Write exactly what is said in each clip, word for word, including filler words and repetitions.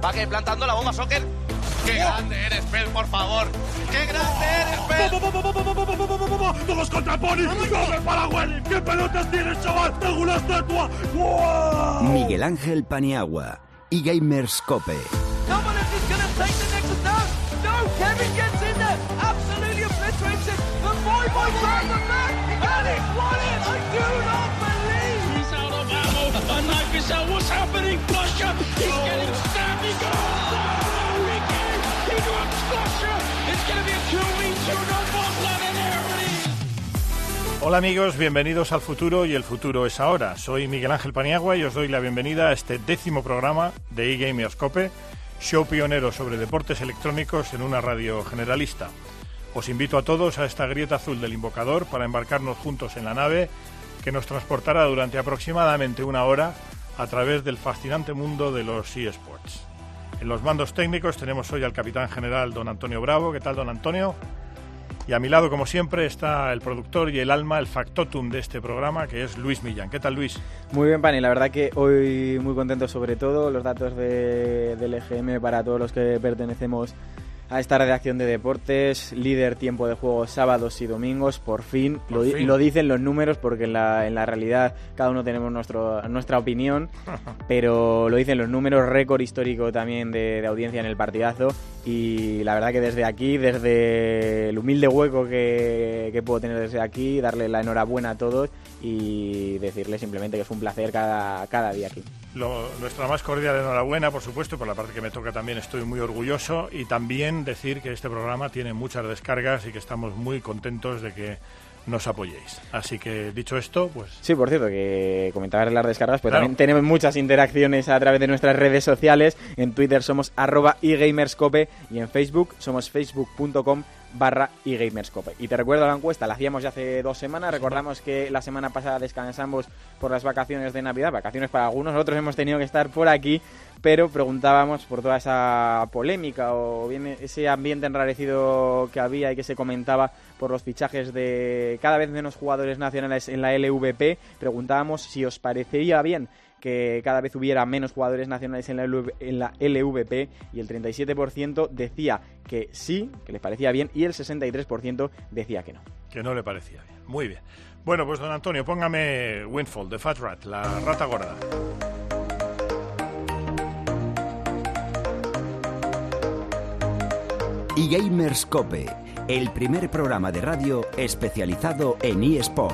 Va que plantando la bomba, Soccer. ¡Qué grande eres, Pel, por favor! ¡Qué grande eres, Pel! ¡Todos contra Pony! ¡Come para Willy! ¡Qué pelotas tienes, chaval! ¡Tengo una estatua! ¡Wow! Miguel Ángel Paniagua y Gamerscope. Someone is going to take the next down. No, Kevin gets in there. Absolutely obliterates it. The boy boy grabs the back. And it's won it. I do not believe. He's out of ammo. And like I said, what's happening? Flusher. He's oh. getting stabbed. He got oh, Ricky. He got Flusher. It's going to be a two v two. No more blood in there. Hola amigos, bienvenidos al futuro y el futuro es ahora. Soy Miguel Ángel Paniagua y os doy la bienvenida a este décimo programa de eGamerscope, show pionero sobre deportes electrónicos en una radio generalista. Os invito a todos a esta grieta azul del invocador para embarcarnos juntos en la nave que nos transportará durante aproximadamente una hora a través del fascinante mundo de los eSports. En los mandos técnicos tenemos hoy al capitán general don Antonio Bravo. ¿Qué tal, don Antonio? Y a mi lado, como siempre, está el productor y el alma, el factotum de este programa, que es Luis Millán. ¿Qué tal, Luis? Muy bien, Pani. La verdad que hoy muy contento, sobre todo los datos de, del E G M para todos los que pertenecemos a esta redacción de deportes, líder tiempo de juego sábados y domingos, por fin, por lo, fin. lo dicen los números, porque en la, en la realidad cada uno tenemos nuestro, nuestra opinión, pero lo dicen los números, récord histórico también de, de audiencia en el partidazo, y la verdad que desde aquí, desde el humilde hueco que, que puedo tener desde aquí, darle la enhorabuena a todos y decirles simplemente que es un placer cada, cada día aquí. Lo, nuestra más cordial enhorabuena, por supuesto, por la parte que me toca también estoy muy orgulloso, y también decir que este programa tiene muchas descargas y que estamos muy contentos de que nos apoyéis. Así que, dicho esto, pues... Sí, por cierto, que comentar las descargas, pues claro. También tenemos muchas interacciones a través de nuestras redes sociales. En Twitter somos arroba eGamerscope y en Facebook somos facebook punto com barra eGamerscope. Y te recuerdo la encuesta, la hacíamos ya hace dos semanas, recordamos que la semana pasada descansamos por las vacaciones de Navidad, vacaciones para algunos, nosotros hemos tenido que estar por aquí, pero preguntábamos por toda esa polémica o bien ese ambiente enrarecido que había y que se comentaba por los fichajes de cada vez menos jugadores nacionales en la L V P. Preguntábamos si os parecería bien que cada vez hubiera menos jugadores nacionales en la, L V P, en la L V P, y el treinta y siete por ciento decía que sí, que les parecía bien, y el sesenta y tres por ciento decía que no. Que no le parecía bien. Muy bien. Bueno, pues don Antonio, póngame Windfall, de Fat Rat, la rata gorda. eGamerscope, el primer programa de radio especializado en eSport.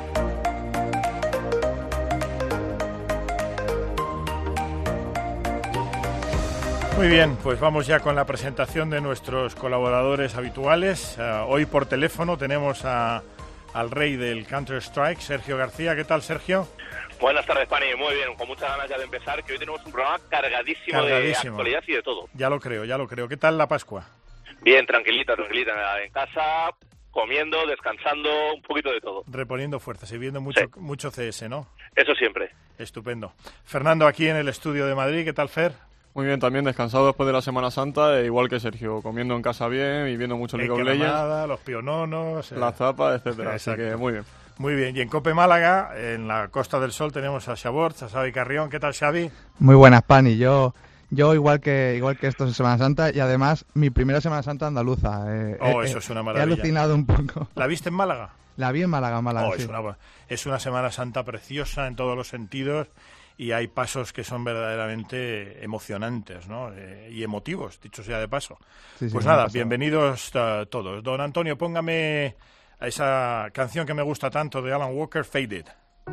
Muy bien, pues vamos ya con la presentación de nuestros colaboradores habituales. Uh, hoy por teléfono tenemos a, al rey del Counter-Strike, Sergio García. ¿Qué tal, Sergio? Buenas tardes, Pani. Muy bien, con muchas ganas ya de empezar, que hoy tenemos un programa cargadísimo, cargadísimo de actualidad y de todo. Ya lo creo, ya lo creo. ¿Qué tal la Pascua? Bien, tranquilita, tranquilita. En casa, comiendo, descansando, un poquito de todo. Reponiendo fuerzas y viendo mucho, sí. mucho C S, ¿no? Eso siempre. Estupendo. Fernando, aquí en el estudio de Madrid. ¿Qué tal, Fer? Muy bien, también descansado después de la Semana Santa, e igual que Sergio, comiendo en casa bien y viendo mucho League of Legends. Los piononos, eh. las zapas, etcétera. Así que muy bien. Muy bien, y en Cope Málaga, en la Costa del Sol, tenemos a Xabort, a Xavi Carrión. ¿Qué tal, Xavi? Muy buenas, Pani. Yo, yo igual que igual que esto en Semana Santa, y además mi primera Semana Santa andaluza. Eh, oh, eh, eso es una maravilla. He alucinado un poco. ¿La viste en Málaga? La vi en Málaga, Málaga, oh, sí. es, una, es una Semana Santa preciosa en todos los sentidos, y hay pasos que son verdaderamente emocionantes, ¿no? Eh, y emotivos, dicho sea de paso. Sí, sí, pues nada, bienvenidos a todos. Don Antonio, póngame a esa canción que me gusta tanto de Alan Walker, Faded.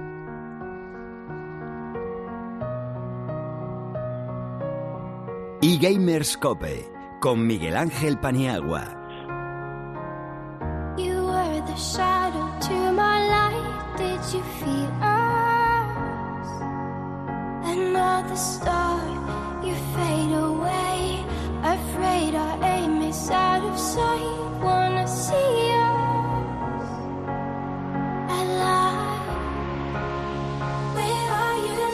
eGamerscope, con Miguel Ángel Paniagua. You were the shadow to my light, did you feel us? Another star, you fade away, afraid our aim is out of sight, wanna see us alive. Where are you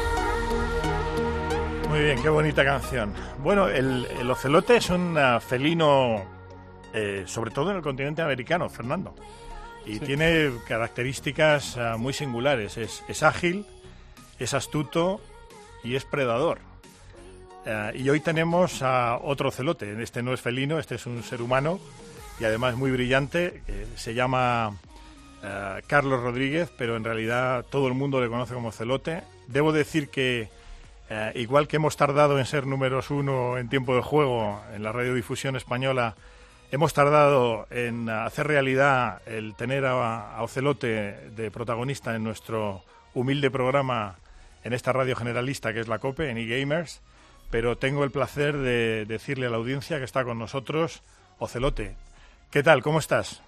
now? Muy bien, qué bonita canción. Bueno, el, el ocelote es un uh, felino, eh, sobre todo en el continente americano, Fernando, y sí. tiene características uh, muy singulares. Es, es ágil, es astuto y es predador. Uh, y hoy tenemos a otro celote. Este no es felino, este es un ser humano y además muy brillante. Eh, se llama uh, Carlos Rodríguez, pero en realidad todo el mundo le conoce como celote. Debo decir que uh, igual que hemos tardado en ser números uno en tiempo de juego en la radiodifusión española, hemos tardado en hacer realidad el tener a, a Ocelote de protagonista en nuestro humilde programa en esta radio generalista que es la COPE, en eGamers. Pero tengo el placer de decirle a la audiencia que está con nosotros, Ocelote. ¿Qué tal? ¿Cómo estás?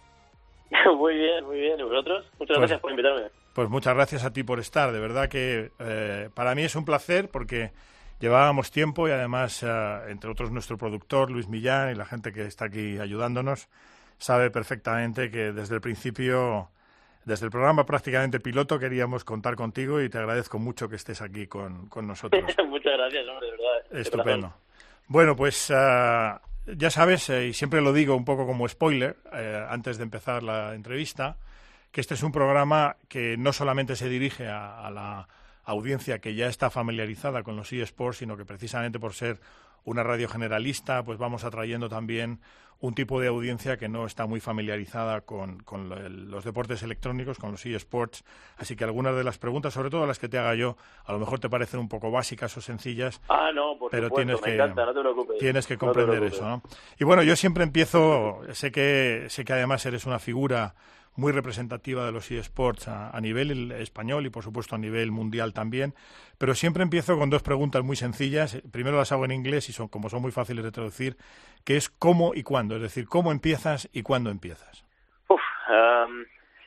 Muy bien, muy bien. ¿Y vosotros? Muchas pues, gracias por invitarme. Pues muchas gracias a ti por estar. De verdad que eh, para mí es un placer porque llevábamos tiempo y además, eh, entre otros, nuestro productor, Luis Millán, y la gente que está aquí ayudándonos, sabe perfectamente que desde el principio... Desde el programa prácticamente piloto queríamos contar contigo y te agradezco mucho que estés aquí con, con nosotros. Muchas gracias, hombre, de verdad. Estupendo. Bueno, pues uh, ya sabes, eh, y siempre lo digo un poco como spoiler, eh, antes de empezar la entrevista, que este es un programa que no solamente se dirige a, a la audiencia que ya está familiarizada con los eSports, sino que precisamente por ser una radio generalista, pues vamos atrayendo también un tipo de audiencia que no está muy familiarizada con, con los deportes electrónicos, con los eSports. Así que algunas de las preguntas, sobre todo las que te haga yo, a lo mejor te parecen un poco básicas o sencillas. Ah, no, por pero supuesto, tienes me que, encanta, no te preocupes. Tienes que comprender no eso, ¿no? Y bueno, yo siempre empiezo, sé que, sé que además eres una figura muy representativa de los eSports a, a nivel español y, por supuesto, a nivel mundial también. Pero siempre empiezo con dos preguntas muy sencillas. Primero las hago en inglés y son como son muy fáciles de traducir, que es cómo y cuándo. Es decir, cómo empiezas y cuándo empiezas. Uf, um,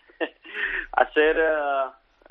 a, ser, uh,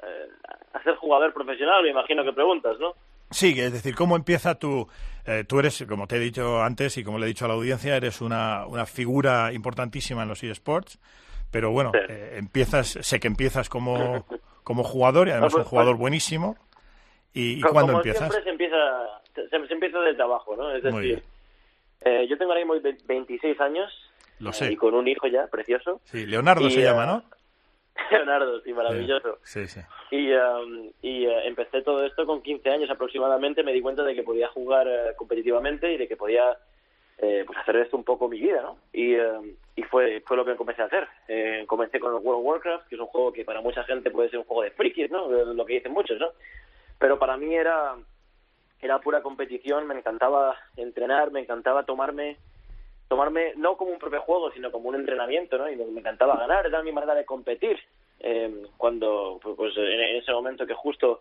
a ser jugador profesional, me imagino que preguntas, ¿no? Sí, es decir, ¿cómo empieza tu...? Eh, tú eres, como te he dicho antes y como le he dicho a la audiencia, eres una, una figura importantísima en los eSports. Pero bueno, sí. eh, empiezas, sé que empiezas como, como jugador y además no, pues, un jugador buenísimo. ¿Y, y cuándo como empiezas? Siempre se empieza, se, se empieza desde abajo, ¿no? Es decir, eh, yo tengo ahora mismo veintiséis años. Lo sé. Eh, y con un hijo ya, precioso. Sí, Leonardo y, se uh, llama, ¿no? Leonardo, sí, maravilloso. Sí, sí. Y, um, y uh, empecé todo esto con quince años aproximadamente. Me di cuenta de que podía jugar uh, competitivamente y de que podía eh, pues hacer esto un poco mi vida, ¿no? Y... Uh, Y fue fue lo que comencé a hacer. Eh, comencé con el World of Warcraft, que es un juego que para mucha gente puede ser un juego de frikis, ¿no? Lo que dicen muchos, ¿no? Pero para mí era era pura competición. Me encantaba entrenar, me encantaba tomarme tomarme no como un propio juego, sino como un entrenamiento, ¿no? Y me, me encantaba ganar, era mi manera de competir. Eh, cuando, pues en, en ese momento que justo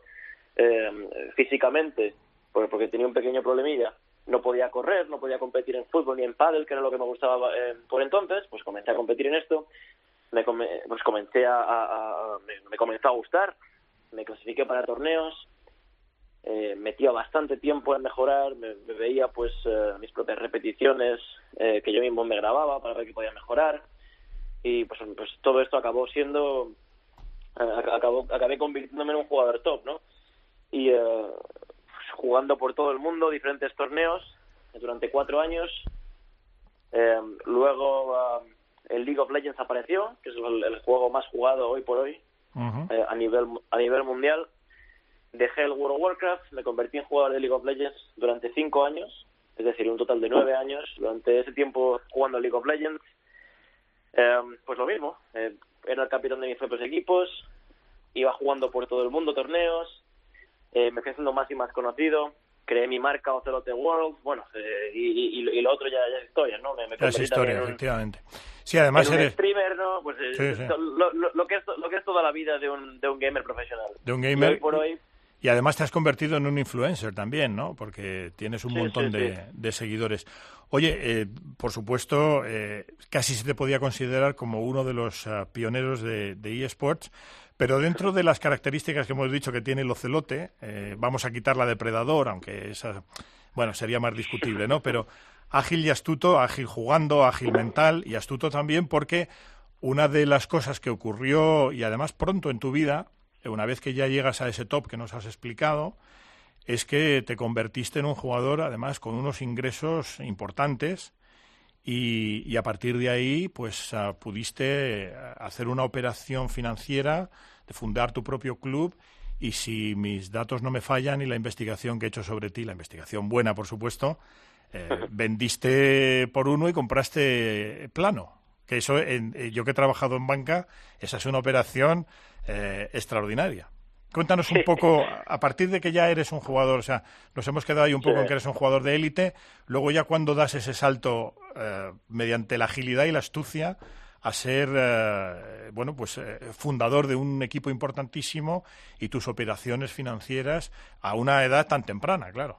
eh, físicamente, porque tenía un pequeño problemilla, no podía correr, no podía competir en fútbol ni en pádel, que era lo que me gustaba eh, por entonces, pues comencé a competir en esto, me come, pues comencé a, a, a me, me comenzó a gustar, me clasifiqué para torneos, eh, metía bastante tiempo en mejorar, me, me veía pues eh, mis propias repeticiones eh, que yo mismo me grababa para ver qué podía mejorar y pues, pues todo esto acabó siendo, eh, acabó, acabé convirtiéndome en un jugador top, ¿no? Y eh, jugando por todo el mundo, diferentes torneos, durante cuatro años. Eh, luego uh, el League of Legends apareció, que es el, el juego más jugado hoy por hoy, uh-huh. eh, a nivel a nivel mundial. Dejé el World of Warcraft, me convertí en jugador de League of Legends durante cinco años, es decir, un total de nueve años. Durante ese tiempo jugando League of Legends, eh, pues lo mismo, eh, era el capitán de mis propios equipos, iba jugando por todo el mundo torneos, Eh, me fui haciendo más y más conocido, creé mi marca Ocelote World, bueno, eh, y, y, y lo otro ya, ya es historia, ¿no? Me, me es historia, un, efectivamente. Sí, además en eres... un streamer, ¿no? Pues eh, sí, sí. Lo, lo, lo, que es, lo que es toda la vida de un, de un gamer profesional. De un gamer... Y hoy por hoy... Y además te has convertido en un influencer también, ¿no? Porque tienes un sí, montón sí, de, sí. de seguidores. Oye, eh, por supuesto, eh, casi se te podía considerar como uno de los uh, pioneros de, de eSports, pero dentro de las características que hemos dicho que tiene el Ocelote, eh, vamos a quitar la depredador, aunque esa, bueno, sería más discutible, ¿no? Pero ágil y astuto, ágil jugando, ágil mental y astuto también, porque una de las cosas que ocurrió, y además pronto en tu vida, una vez que ya llegas a ese top que nos has explicado, es que te convertiste en un jugador, además, con unos ingresos importantes y, y a partir de ahí, pues uh, pudiste hacer una operación financiera, de fundar tu propio club y si mis datos no me fallan y la investigación que he hecho sobre ti, la investigación buena, por supuesto, eh, vendiste por uno y compraste plano. Que eso, en, yo que he trabajado en banca, esa es una operación eh, extraordinaria. Cuéntanos un poco, a partir de que ya eres un jugador, o sea, nos hemos quedado ahí un poco sí. en que eres un jugador de élite, luego ya cuando das ese salto eh, mediante la agilidad y la astucia a ser, eh, bueno, pues eh, fundador de un equipo importantísimo y tus operaciones financieras a una edad tan temprana, claro.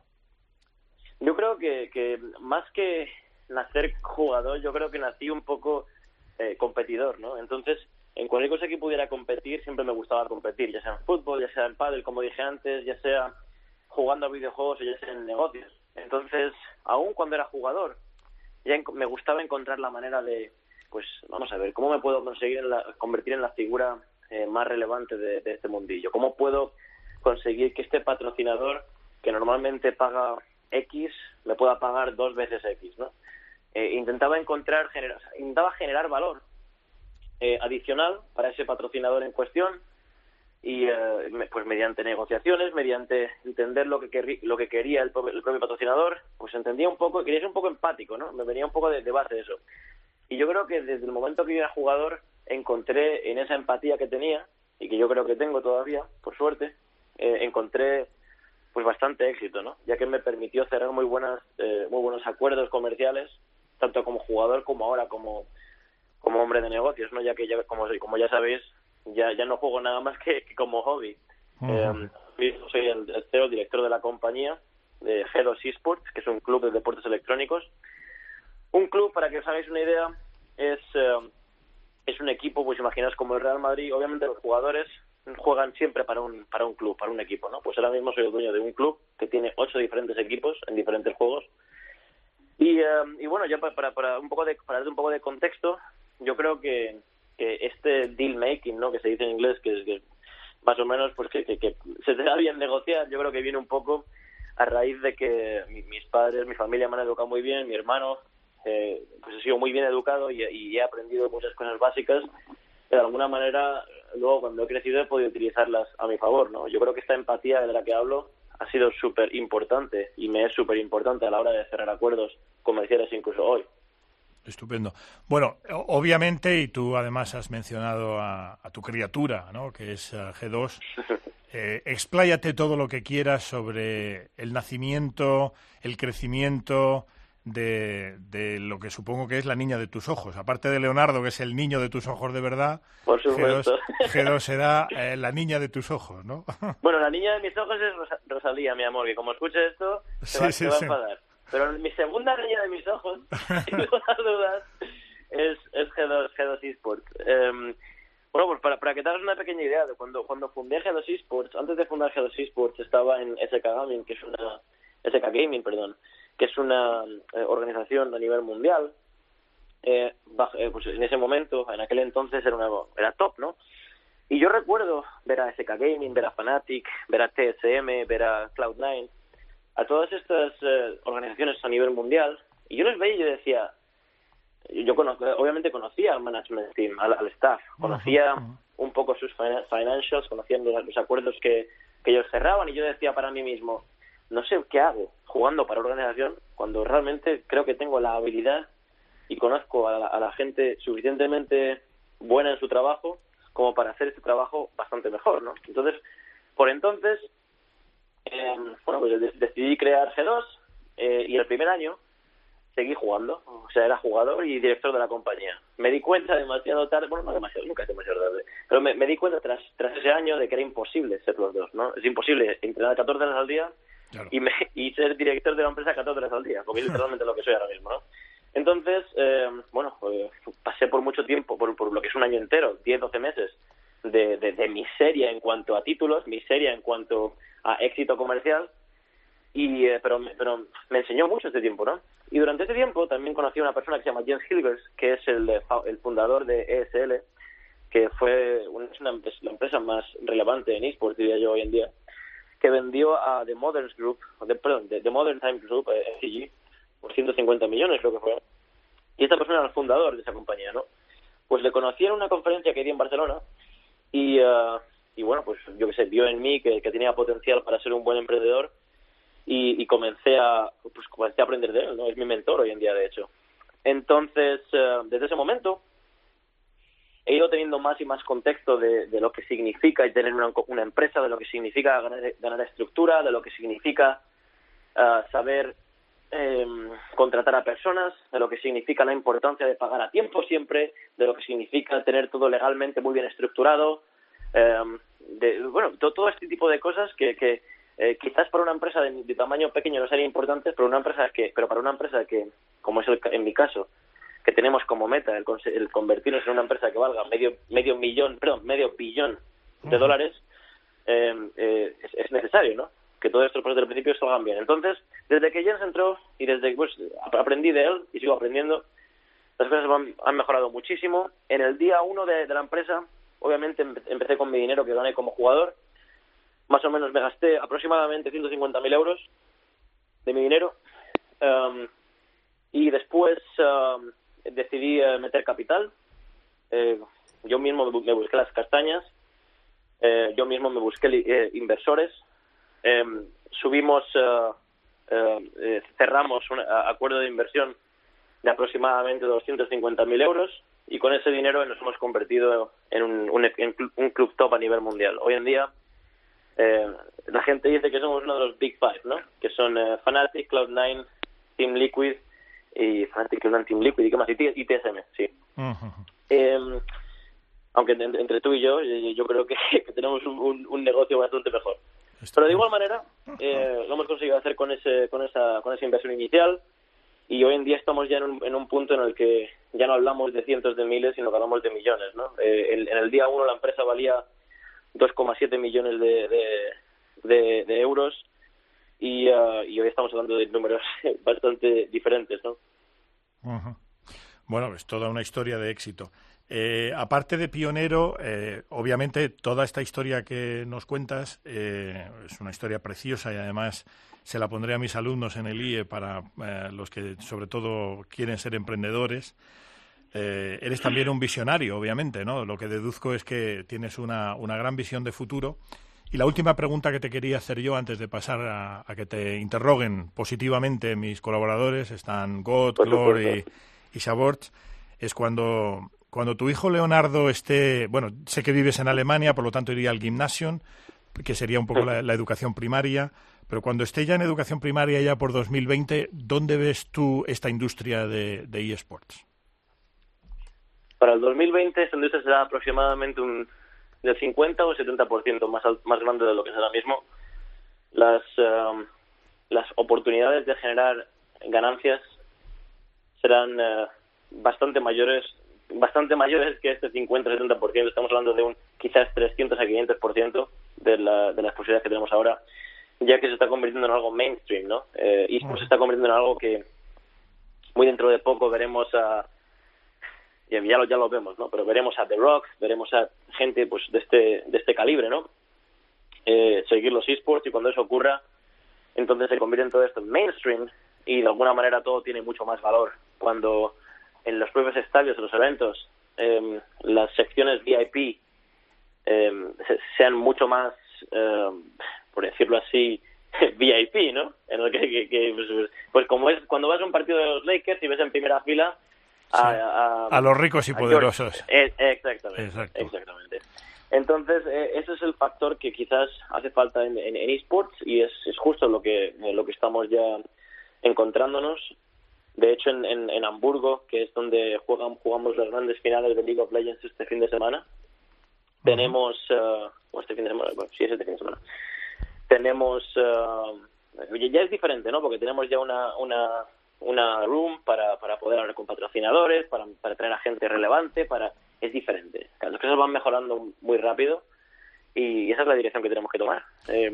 Yo creo que, que más que nacer jugador, yo creo que nací un poco eh, competidor, ¿no? Entonces, en cualquier cosa que pudiera competir, siempre me gustaba competir, ya sea en fútbol, ya sea en pádel, como dije antes, ya sea jugando a videojuegos o ya sea en negocios. Entonces, aún cuando era jugador, ya me gustaba encontrar la manera de, pues, vamos a ver, ¿cómo me puedo conseguir en la, convertir en la figura eh, más relevante de, de este mundillo? ¿Cómo puedo conseguir que este patrocinador, que normalmente paga X, me pueda pagar dos veces X, ¿no? Eh, intentaba encontrar, generar, intentaba generar valor Eh, adicional para ese patrocinador en cuestión y eh, pues mediante negociaciones, mediante entender lo que querri, lo que quería el, el propio patrocinador, pues entendía un poco, quería ser un poco empático, ¿no? Me venía un poco de, de base eso. Y yo creo que desde el momento que yo era jugador encontré en esa empatía que tenía y que yo creo que tengo todavía, por suerte, eh, encontré pues bastante éxito, ¿no? Ya que me permitió cerrar muy buenas eh, muy buenos acuerdos comerciales, tanto como jugador como ahora como como hombre de negocios, ¿no? Ya que ya como como ya sabéis, ya ya no juego nada más que, que como hobby. Uh-huh. Eh, soy el, el C E O, director de la compañía de G dos Esports, que es un club de deportes electrónicos. Un club, para que os hagáis una idea, es eh, es un equipo, pues imaginaos como el Real Madrid. Obviamente los jugadores juegan siempre para un para un club, para un equipo, ¿no? Pues ahora mismo soy el dueño de un club que tiene ocho diferentes equipos en diferentes juegos. Y eh, y bueno, ya para para un poco de para dar un poco de contexto, yo creo que, que este deal making, ¿no? Que se dice en inglés, que, que más o menos pues que, que, que se te da bien negociar, yo creo que viene un poco a raíz de que mi, mis padres, mi familia me han educado muy bien, mi hermano, eh, pues he sido muy bien educado y, y he aprendido muchas cosas básicas que de alguna manera luego cuando he crecido he podido utilizarlas a mi favor, ¿no? Yo creo que esta empatía de la que hablo ha sido súper importante y me es súper importante a la hora de cerrar acuerdos comerciales incluso hoy. Estupendo. Bueno, obviamente, y tú además has mencionado a, a tu criatura, ¿no? Que es uh, G dos. Eh, expláyate todo lo que quieras sobre el nacimiento, el crecimiento de, de lo que supongo que es la niña de tus ojos. Aparte de Leonardo, que es el niño de tus ojos de verdad, por supuesto. G dos, G dos será eh, la niña de tus ojos, ¿no? Bueno, la niña de mis ojos es Rosa, Rosalía, mi amor, que como escuche esto, se va, sí, se va sí. a enfadar. Pero mi segunda niña de mis ojos, sin lugar a dudas, es, es G dos, G dos Esports. Eh, bueno, pues para, para que te hagas una pequeña idea de cuando cuando fundé G dos Esports, antes de fundar G dos Esports estaba en S K Gaming, que es una S K Gaming, perdón, que es una eh, organización a nivel mundial. Eh, bajo, eh, pues en ese momento, en aquel entonces era una era top, ¿no? Y yo recuerdo ver a S K Gaming, ver a Fnatic, ver a T S M, ver a Cloud nine, a todas estas eh, organizaciones a nivel mundial, y yo les veía y yo decía, yo cono- obviamente conocía al management team, al, al staff, conocía uh-huh. un poco sus financials, conocía los, los acuerdos que, que ellos cerraban, y yo decía para mí mismo, no sé qué hago jugando para una organización cuando realmente creo que tengo la habilidad y conozco a la, a la gente suficientemente buena en su trabajo como para hacer este trabajo bastante mejor, ¿no? Entonces, por entonces, Eh, bueno, pues decidí crear G dos eh, y el primer año seguí jugando, o sea, era jugador y director de la compañía. Me di cuenta demasiado tarde, bueno, no demasiado, nunca es demasiado tarde, pero me, me di cuenta tras tras ese año de que era imposible ser los dos, ¿no? Es imposible entrenar catorce horas al día claro. y, me, y ser director de la empresa catorce horas al día, porque es literalmente lo que soy ahora mismo, ¿no? Entonces, eh, bueno, pues, pasé por mucho tiempo, por, por lo que es un año entero, diez, doce meses, de, de, de miseria en cuanto a títulos, miseria en cuanto a éxito comercial, y eh, pero, pero me enseñó mucho este tiempo, ¿no? Y durante este tiempo también conocí a una persona que se llama James Hilgers, que es el, el fundador de E S L, que fue una, es una, la empresa más relevante en eSports, diría yo, hoy en día, que vendió a The Modern Group, de, perdón, de, The Modern Times Group, eh, M T G, por ciento cincuenta millones, creo que fue. Y esta persona era el fundador de esa compañía, ¿no? Pues le conocí en una conferencia que di en Barcelona, y uh, y bueno, pues yo qué sé, vio en mí que, que tenía potencial para ser un buen emprendedor y, y comencé a pues comencé a aprender de él, ¿no? Es mi mentor hoy en día, de hecho. Entonces, uh, desde ese momento he ido teniendo más y más contexto de, de lo que significa tener una, una empresa, de lo que significa ganar, ganar estructura, de lo que significa uh, saber eh, contratar a personas, de lo que significa la importancia de pagar a tiempo siempre, de lo que significa tener todo legalmente muy bien estructurado, eh, de, bueno, todo, todo este tipo de cosas que, que eh, quizás para una empresa de, de tamaño pequeño no serían importantes, pero una empresa que, pero para una empresa que, como es el, en mi caso, que tenemos como meta el, el convertirnos en una empresa que valga medio medio millón, perdón, medio billón de dólares, eh, eh, es, es necesario, ¿no? Que todos estos procesos del principio salgan bien. Entonces, desde que Jens entró y desde que pues, aprendí de él y sigo aprendiendo, las cosas han, han mejorado muchísimo. En el día uno de, de la empresa, obviamente empecé con mi dinero que gané como jugador. Más o menos me gasté aproximadamente ciento cincuenta mil euros de mi dinero. Um, y después um, decidí uh, meter capital. Eh, yo mismo me busqué las castañas. Eh, yo mismo me busqué eh, inversores. Eh, subimos, uh, uh, eh, cerramos un acuerdo de inversión de aproximadamente doscientos cincuenta mil euros y con ese dinero nos hemos convertido en un, un, en un club top a nivel mundial. Hoy en día eh, la gente dice que somos uno de los Big Five, ¿no? Que son eh, Fnatic, Cloud nine, Team Liquid y Fnatic, Cloud nine, Team Liquid y qué más, y, y T S M, sí. Uh-huh. Eh, aunque entre, entre tú y yo, yo creo que, que tenemos un, un, un negocio bastante mejor. Pero de igual manera, eh, lo hemos conseguido hacer con ese con esa con esa inversión inicial y hoy en día estamos ya en un, en un punto en el que ya no hablamos de cientos de miles, sino que hablamos de millones, ¿no? Eh, el, en el día uno la empresa valía dos coma siete millones de, de, de, de euros y, uh, y hoy estamos hablando de números bastante diferentes, ¿no? Uh-huh. Bueno, es toda una historia de éxito. Eh, aparte de pionero, eh, obviamente toda esta historia que nos cuentas eh, es una historia preciosa y además se la pondré a mis alumnos en el I E para eh, los que sobre todo quieren ser emprendedores. Eh, eres también un visionario, obviamente, ¿no? Lo que deduzco es que tienes una, una gran visión de futuro. Y la última pregunta que te quería hacer yo antes de pasar a, a que te interroguen positivamente mis colaboradores, están God, Glor y, y Sabort, es cuando... Cuando tu hijo Leonardo esté, bueno, sé que vives en Alemania, por lo tanto iría al Gymnasium, que sería un poco la, la educación primaria, pero cuando esté ya en educación primaria ya por dos mil veinte, ¿dónde ves tú esta industria de, de eSports? Para el dos mil veinte esta industria será aproximadamente un del cincuenta o setenta por ciento más, más grande de lo que es ahora mismo. Las, uh, las oportunidades de generar ganancias serán uh, bastante mayores bastante mayores que este cincuenta a setenta por ciento. Estamos hablando de un quizás trescientos a quinientos por ciento de, la, de las posibilidades que tenemos ahora, ya que se está convirtiendo en algo mainstream, ¿no? Eh, eSports se está convirtiendo en algo que muy dentro de poco veremos a, ya, ya, lo, ya lo vemos, ¿no? Pero veremos a The Rock, veremos a gente pues de este de este calibre, ¿no? Eh, seguir los eSports y cuando eso ocurra, entonces se convierte en todo esto en mainstream y de alguna manera todo tiene mucho más valor. Cuando en los propios estadios de los eventos eh, las secciones V I P eh, sean mucho más, eh, por decirlo así, V I P, ¿no? En el que, que, que pues, pues como es cuando vas a un partido de los Lakers y ves en primera fila a, sí. a, a los ricos y poderosos. Eh, exactamente, Exacto. exactamente. Entonces, eh, ese es el factor que quizás hace falta en, en, en eSports y es, es justo lo que lo que estamos ya encontrándonos. De hecho, en, en, en Hamburgo, que es donde juegan, jugamos las grandes finales de League of Legends este fin de semana, uh-huh. tenemos... Uh, o este fin de semana, bueno, sí, es este fin de semana. Tenemos... Uh, ya es diferente, ¿no? Porque tenemos ya una una, una room para, para poder hablar con patrocinadores, para, para traer a gente relevante, para es diferente. Las cosas van mejorando muy rápido y esa es la dirección que tenemos que tomar. Eh,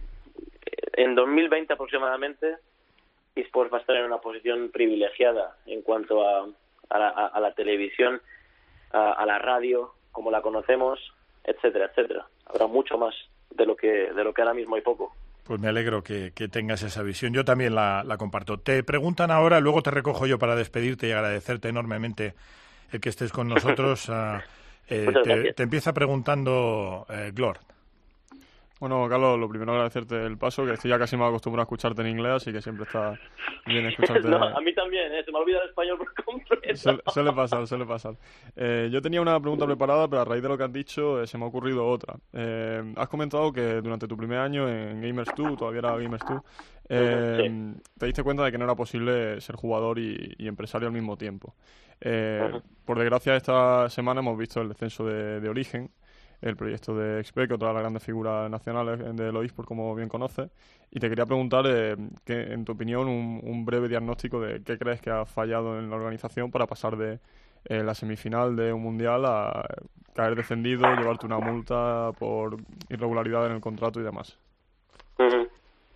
en dos mil veinte aproximadamente... eSports va a estar en una posición privilegiada en cuanto a, a, la, a la televisión, a, a la radio, como la conocemos, etcétera, etcétera. Habrá mucho más de lo que de lo que ahora mismo hay poco. Pues me alegro que, que tengas esa visión. Yo también la, la comparto. Te preguntan ahora, luego te recojo yo para despedirte y agradecerte enormemente el que estés con nosotros. uh, eh, te, te empieza preguntando eh, Glor. Bueno, Carlos, lo primero agradecerte el paso, que estoy ya casi me acostumbrado a escucharte en inglés, así que siempre está bien escucharte. No, a mí también, ¿eh? Se me ha olvidado el español por completo. Suele, suele pasar, suele pasar. Eh, yo tenía una pregunta preparada, pero a raíz de lo que has dicho eh, se me ha ocurrido otra. Eh, has comentado que durante tu primer año en Gamers dos, todavía era Gamers dos, eh, sí. te diste cuenta de que no era posible ser jugador y, y empresario al mismo tiempo. Eh, uh-huh. Por desgracia, esta semana hemos visto el descenso de, de Origen, el proyecto de X P, que otra de las grandes figuras nacionales de los eSports, como bien conoces. Y te quería preguntar, eh, que, en tu opinión, un, un breve diagnóstico de qué crees que ha fallado en la organización para pasar de eh, la semifinal de un mundial a caer descendido, llevarte una multa por irregularidad en el contrato y demás. Uh-huh.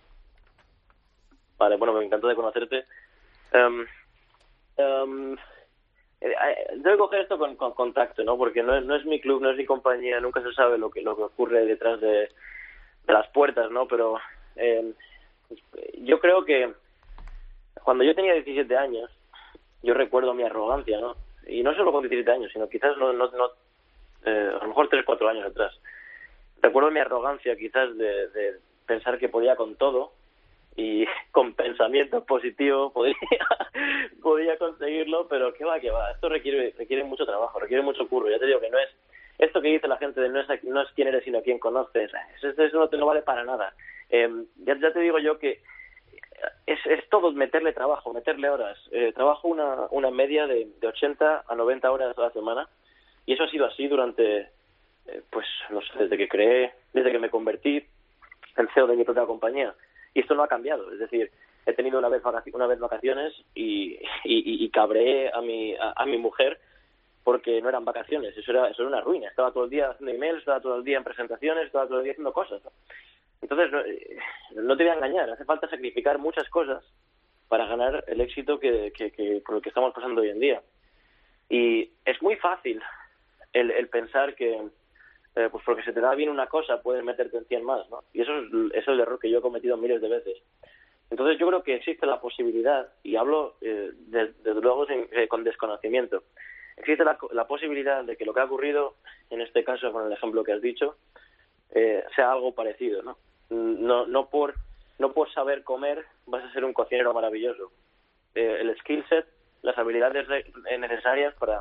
Vale, bueno, me encanta de conocerte. Um, um... Tengo que coger esto con, con contacto, ¿no? Porque no es, no es mi club, no es mi compañía, nunca se sabe lo que lo que ocurre detrás de, de las puertas, ¿no? Pero eh, yo creo que cuando yo tenía diecisiete años, yo recuerdo mi arrogancia, ¿no? Y no solo con diecisiete años, sino quizás no, no, no eh, a lo mejor tres, cuatro años atrás. Recuerdo mi arrogancia quizás de, de pensar que podía con todo, y con pensamiento positivo podía podía conseguirlo, pero qué va, qué va. Esto requiere requiere mucho trabajo, requiere mucho curro. Ya te digo que no es esto que dice la gente de no es no es quién eres sino quién conoces. Eso, eso no te no vale para nada. Eh, ya, ya te digo yo que es, es todo meterle trabajo, meterle horas. Eh, trabajo una una media de, de ochenta a noventa horas a la semana, y eso ha sido así durante, eh, pues no sé, desde que creé, desde que me convertí en C E O de mi propia compañía. Y esto no ha cambiado, es decir, he tenido una vez vacaciones, una vez vacaciones y, y, y cabreé a mi a, a mi mujer porque no eran vacaciones, eso era eso era una ruina. Estaba todo el día haciendo emails, estaba todo el día en presentaciones, estaba todo el día haciendo cosas. Entonces, no, no te voy a engañar, hace falta sacrificar muchas cosas para ganar el éxito que, que, que por el que estamos pasando hoy en día. Y es muy fácil el, el pensar que Eh, pues porque se te da bien una cosa puedes meterte en cien más, ¿no? Y eso es, eso es el error que yo he cometido miles de veces. Entonces yo creo que existe la posibilidad, y hablo eh, desde de luego sin, eh, con desconocimiento, existe la, la posibilidad de que lo que ha ocurrido, en este caso con el ejemplo que has dicho, eh, sea algo parecido, ¿no? No, no por no por saber comer vas a ser un cocinero maravilloso. Eh, el skill set, las habilidades necesarias para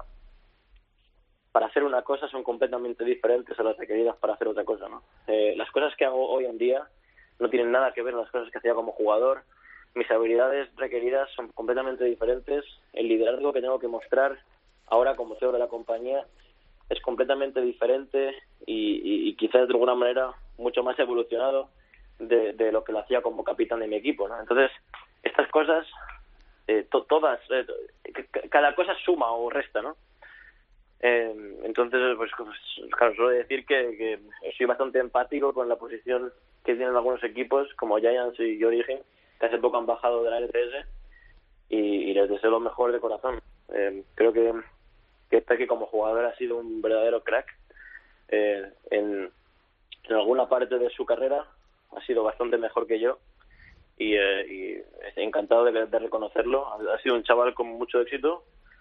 para hacer una cosa son completamente diferentes a las requeridas para hacer otra cosa, ¿no? Eh, las cosas que hago hoy en día no tienen nada que ver con las cosas que hacía como jugador. Mis habilidades requeridas son completamente diferentes. El liderazgo que tengo que mostrar ahora como C E O de la compañía es completamente diferente y, y, y quizás de alguna manera mucho más evolucionado de, de lo que lo hacía como capitán de mi equipo, ¿no? Entonces, estas cosas, eh, to, todas, eh, cada cosa suma o resta, ¿no? Eh, entonces, pues claro, suelo decir que, que soy bastante empático con la posición que tienen algunos equipos como Giants y Origen, que hace poco han bajado de la L T S, y, y les deseo lo mejor de corazón. Eh, creo que que Peque como jugador ha sido un verdadero crack. Eh, en, en alguna parte de su carrera ha sido bastante mejor que yo, y, eh, y encantado de, de reconocerlo. Ha, ha sido un chaval con mucho éxito.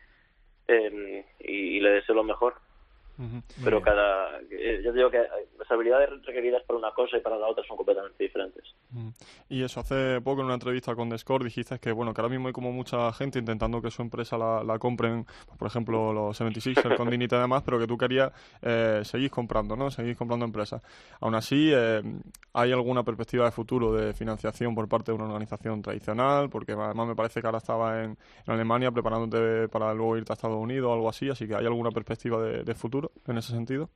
Eh, y, y le deseo lo mejor. Uh-huh. Pero cada eh, yo digo que las habilidades requeridas para una cosa y para la otra son completamente diferentes. Uh-huh. Y eso, hace poco en una entrevista con The Score dijiste que bueno que ahora mismo hay como mucha gente intentando que su empresa la, la compren, por ejemplo los setenta y seis, el Condinite y demás, pero que tú querías eh, seguir comprando, ¿no? Seguir comprando empresas. Aún así, eh, ¿hay alguna perspectiva de futuro de financiación por parte de una organización tradicional? Porque además me parece que ahora estaba en, en Alemania preparándote para luego irte a Estados Unidos o algo así, así que ¿hay alguna perspectiva de, de futuro en ese sentido?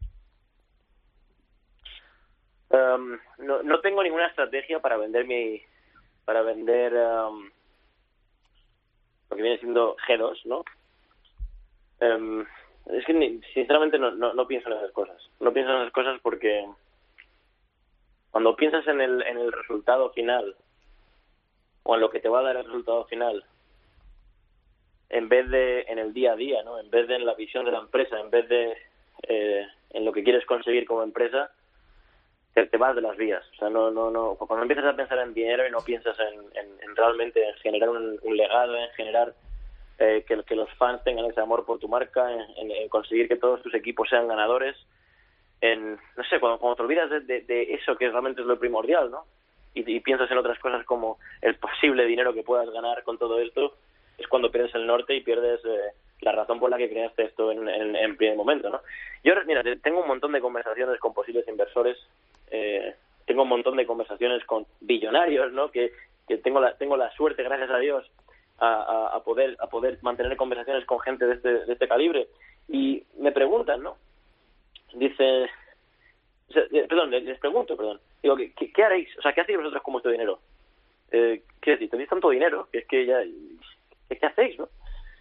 Um, no, no tengo ninguna estrategia para vender mi para vender um, lo que viene siendo G dos, ¿no? Um, es que ni, sinceramente no, no, no pienso en esas cosas. No pienso en esas cosas porque cuando piensas en el en el resultado final o en lo que te va a dar el resultado final, en vez de en el día a día, ¿no? En vez de en la visión de la empresa, en vez de eh, en lo que quieres conseguir como empresa, te, te vas de las vías. O sea, no, no, no. Cuando empiezas a pensar en dinero y no piensas en, en, en realmente en generar un, un legado, en generar eh, que, que los fans tengan ese amor por tu marca, en, en, en conseguir que todos tus equipos sean ganadores, en no sé, cuando, cuando te olvidas de, de, de eso que realmente es lo primordial, ¿no? Y, y piensas en otras cosas como el posible dinero que puedas ganar con todo esto, es cuando pierdes el norte y pierdes eh, la razón por la que creaste esto en, en, en primer momento, ¿no? Yo, mira, tengo un montón de conversaciones con posibles inversores, eh, tengo un montón de conversaciones con billonarios, ¿no? Que, que tengo la tengo la suerte, gracias a Dios, a, a, a poder a poder mantener conversaciones con gente de este de este calibre, y me preguntan, ¿no? Dice, o sea, perdón, les pregunto, perdón, digo, ¿qué, qué haréis? O sea, ¿qué hacéis vosotros con vuestro dinero? Eh, ¿Qué decir? Tenéis tanto dinero que es que ya, ¿qué, qué hacéis, no?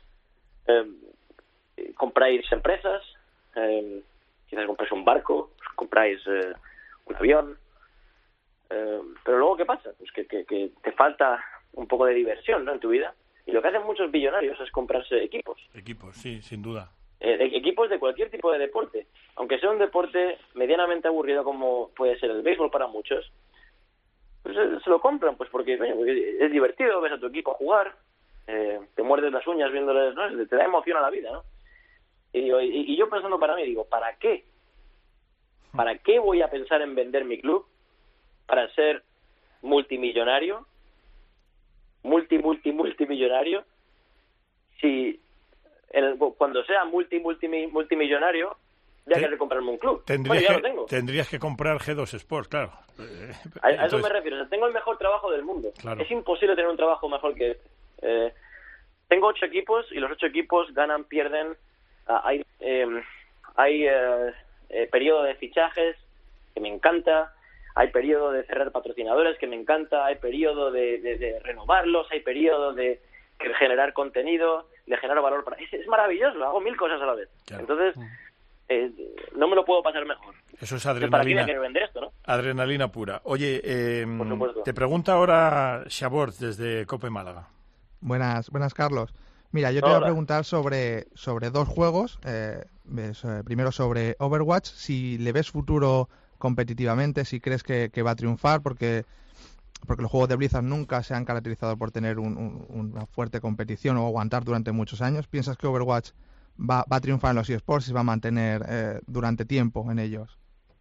Eh, compráis empresas, eh, quizás compráis un barco, compráis eh, un avión, eh, pero luego ¿qué pasa? Pues que, que, que te falta un poco de diversión, ¿no? En tu vida, y lo que hacen muchos billonarios es comprarse equipos. Equipos, sí, sin duda. Eh, equipos de cualquier tipo de deporte, aunque sea un deporte medianamente aburrido como puede ser el béisbol para muchos, pues se, se lo compran, pues porque, coño, porque es divertido, ves a tu equipo jugar, eh, te muerdes las uñas viéndoles, ¿no? Te da emoción a la vida, ¿no? Y, y, y yo pensando para mí, digo, ¿para qué? ¿Para qué voy a pensar en vender mi club para ser multimillonario? Multi, multi, multimillonario, si el, cuando sea multi, multi, multimillonario ya querré comprarme un club. Tendrías, bueno, ya que, lo tengo. tendrías que comprar G dos Sports, claro. A, a eso me refiero. O sea, tengo el mejor trabajo del mundo. Claro. Es imposible tener un trabajo mejor que este. Eh, tengo ocho equipos y los ocho equipos ganan, pierden. Uh, hay eh, hay eh, eh, periodo de fichajes que me encanta. Hay periodo de cerrar patrocinadores que me encanta. Hay periodo de, de, de renovarlos. Hay periodo de generar contenido, de generar valor. Para... Es, es maravilloso. Hago mil cosas a la vez. Claro. Entonces, eh, no me lo puedo pasar mejor. Eso es adrenalina. ¿Para qué me quiero vender esto, no? Adrenalina pura. Oye, eh, te pregunta ahora Xabor desde Cope Málaga. Buenas, buenas Carlos. Mira, yo te Hola. voy a preguntar sobre, sobre dos juegos. Eh, ves, eh, primero sobre Overwatch, si le ves futuro competitivamente, si crees que, que va a triunfar, porque porque los juegos de Blizzard nunca se han caracterizado por tener un, un, una fuerte competición o aguantar durante muchos años. ¿Piensas que Overwatch va, va a triunfar en los eSports y se va a mantener eh, durante tiempo en ellos?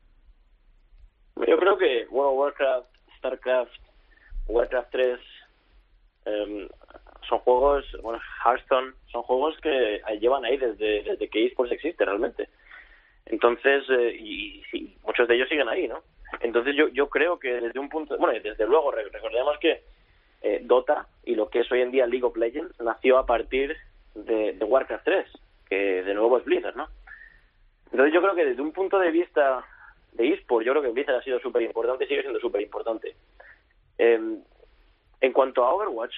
Yo creo que World of Warcraft, StarCraft, Warcraft tres eh, son juegos, bueno, Hearthstone, son juegos que llevan ahí desde, desde que eSports existe realmente. Entonces, eh, y, y muchos de ellos siguen ahí, ¿no? Entonces yo yo creo que desde un punto, bueno, desde luego, recordemos que eh, Dota y lo que es hoy en día League of Legends nació a partir de, de Warcraft tres, que de nuevo es Blizzard, ¿no? Entonces yo creo que desde un punto de vista de eSport, yo creo que Blizzard ha sido súper importante y sigue siendo súper importante. Eh, en cuanto a Overwatch,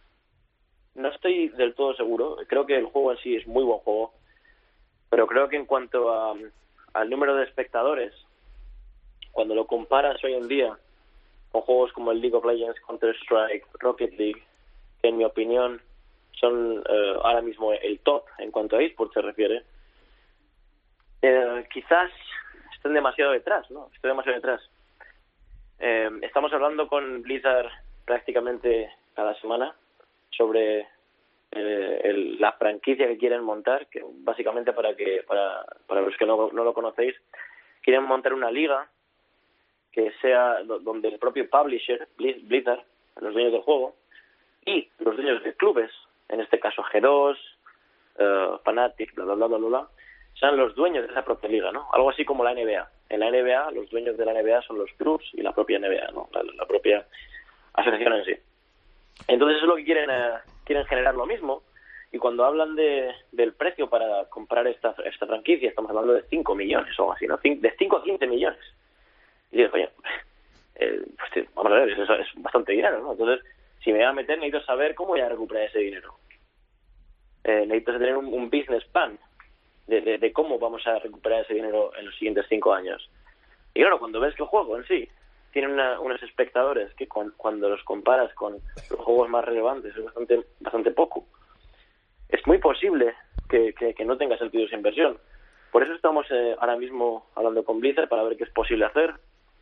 no estoy del todo seguro. Creo que el juego en sí es muy buen juego, pero creo que en cuanto a, al número de espectadores, cuando lo comparas hoy en día con juegos como el League of Legends, Counter-Strike, Rocket League, que en mi opinión son eh, ahora mismo el top en cuanto a eSport se refiere, eh, quizás estén demasiado detrás, ¿no? Estoy demasiado detrás. Eh, estamos hablando con Blizzard prácticamente cada semana sobre eh, el, la franquicia que quieren montar, que básicamente para que para, para los que no, no lo conocéis, quieren montar una liga que sea donde el propio publisher, Blizzard, los dueños del juego, y los dueños de clubes, en este caso G dos, uh, Fnatic, bla, bla, bla, bla, bla, sean los dueños de esa propia liga, ¿no? Algo así como la N B A. En la N B A, los dueños de la N B A son los clubs y la propia N B A, ¿no? La, la propia asociación en sí. Entonces eso es lo que quieren, uh, quieren generar lo mismo, y cuando hablan de del precio para comprar esta esta franquicia, estamos hablando de cinco millones o así, ¿no? De cinco a quince millones. Y digo, oye, eh, pues, vamos a ver, eso es bastante dinero, ¿no? Entonces, si me voy a meter, necesito saber cómo voy a recuperar ese dinero. Eh, necesito tener un, un business plan de, de, de cómo vamos a recuperar ese dinero en los siguientes cinco años. Y claro, cuando ves que el juego en sí tiene una, unos espectadores que con, cuando los comparas con los juegos más relevantes es bastante bastante poco, es muy posible que, que, que no tenga sentido esa inversión. Por eso estamos eh, ahora mismo hablando con Blizzard para ver qué es posible hacer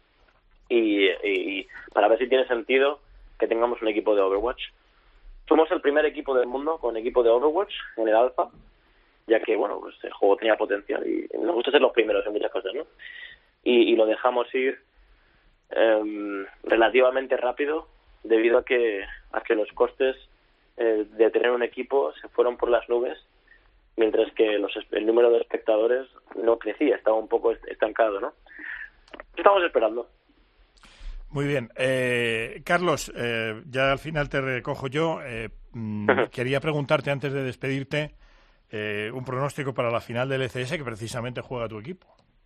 y, y, y para ver si tiene sentido que tengamos un equipo de Overwatch. Somos el primer equipo del mundo con equipo de Overwatch en el alfa, ya que bueno, pues el juego tenía potencial y nos gusta ser los primeros en muchas cosas, ¿no? y, y lo dejamos ir eh, relativamente rápido debido a que, a que los costes eh, de tener un equipo se fueron por las nubes, mientras que los, el número de espectadores no crecía, estaba un poco estancado, ¿no? Estamos esperando. Muy bien. Eh, Carlos, eh, ya al final te recojo yo. Eh, mmm, quería preguntarte antes de despedirte eh, un pronóstico para la final del E C S que precisamente juega tu equipo.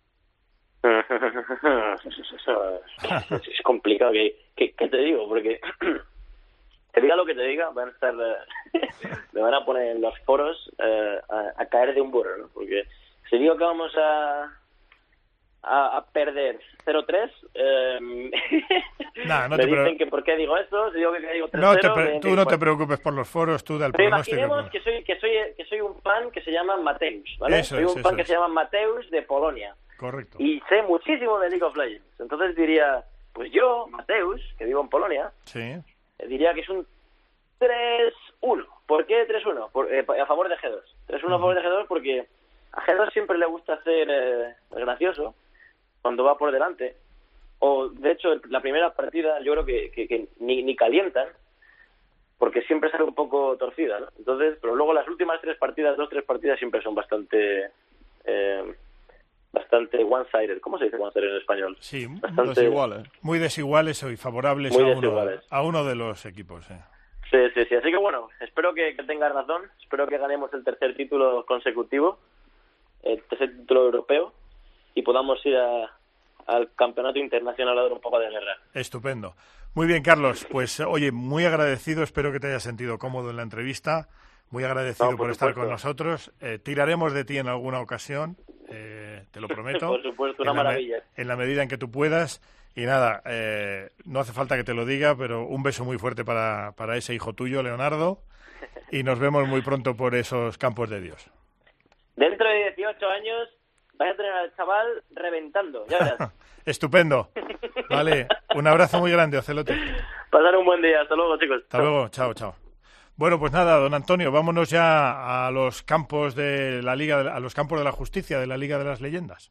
Es complicado. ¿Qué, qué, qué te digo? Porque te diga lo que te diga, van a estar, eh, me van a poner en los foros eh, a, a caer de un burro, ¿no? Porque si digo que vamos a a, a perder cero tres, eh, nah, no me te dicen pre... que por qué digo esto, si digo que digo tres No cero... te pre... me, tú me, no pues, te preocupes por los foros, tú da el pero pronóstico. imaginemos que soy, que, soy, que, soy, que soy un fan que se llama Mateus, ¿vale? Eso soy es, un fan que es. se llama Mateus de Polonia. Correcto. Y sé muchísimo de League of Legends. Entonces diría, pues yo, Mateus, que vivo en Polonia, sí. diría que es un tres uno. ¿Por qué tres uno? Por, eh, a favor de G dos. tres uno uh-huh. a favor de G dos porque a G dos siempre le gusta hacer eh, gracioso cuando va por delante. O, de hecho, la primera partida yo creo que, que, que ni, ni calientan porque siempre sale un poco torcida, ¿no? Entonces, pero luego las últimas tres partidas, dos, tres partidas siempre son bastante... Eh, bastante one-sided. ¿Cómo se dice one-sided en español? Sí, bastante... desiguales. Muy desiguales y favorables muy a, desiguales. Uno, a uno de los equipos. Eh. Sí, sí, sí. Así que bueno, espero que, que tengas razón. Espero que ganemos el tercer título consecutivo, el tercer título europeo, y podamos ir a, al campeonato internacional a dar un poco de guerra. Estupendo. Muy bien, Carlos. Pues, oye, muy agradecido. Espero que te hayas sentido cómodo en la entrevista. Muy agradecido no, por, por estar supuesto. con nosotros. Eh, tiraremos de ti en alguna ocasión, eh, te lo prometo. Por supuesto, una en la maravilla. Me- en la medida en que tú puedas. Y nada, eh, no hace falta que te lo diga, pero un beso muy fuerte para, para ese hijo tuyo, Leonardo. Y nos vemos muy pronto por esos campos de Dios. Dentro de dieciocho años vais a tener al chaval reventando, ya verás. Estupendo. Vale, un abrazo muy grande, Ocelote. Pasar un buen día. Hasta luego, chicos. Hasta luego, chao, chao. Bueno, pues nada, don Antonio, vámonos ya a los campos de la Liga, a los campos de la Justicia de la Liga de las Leyendas.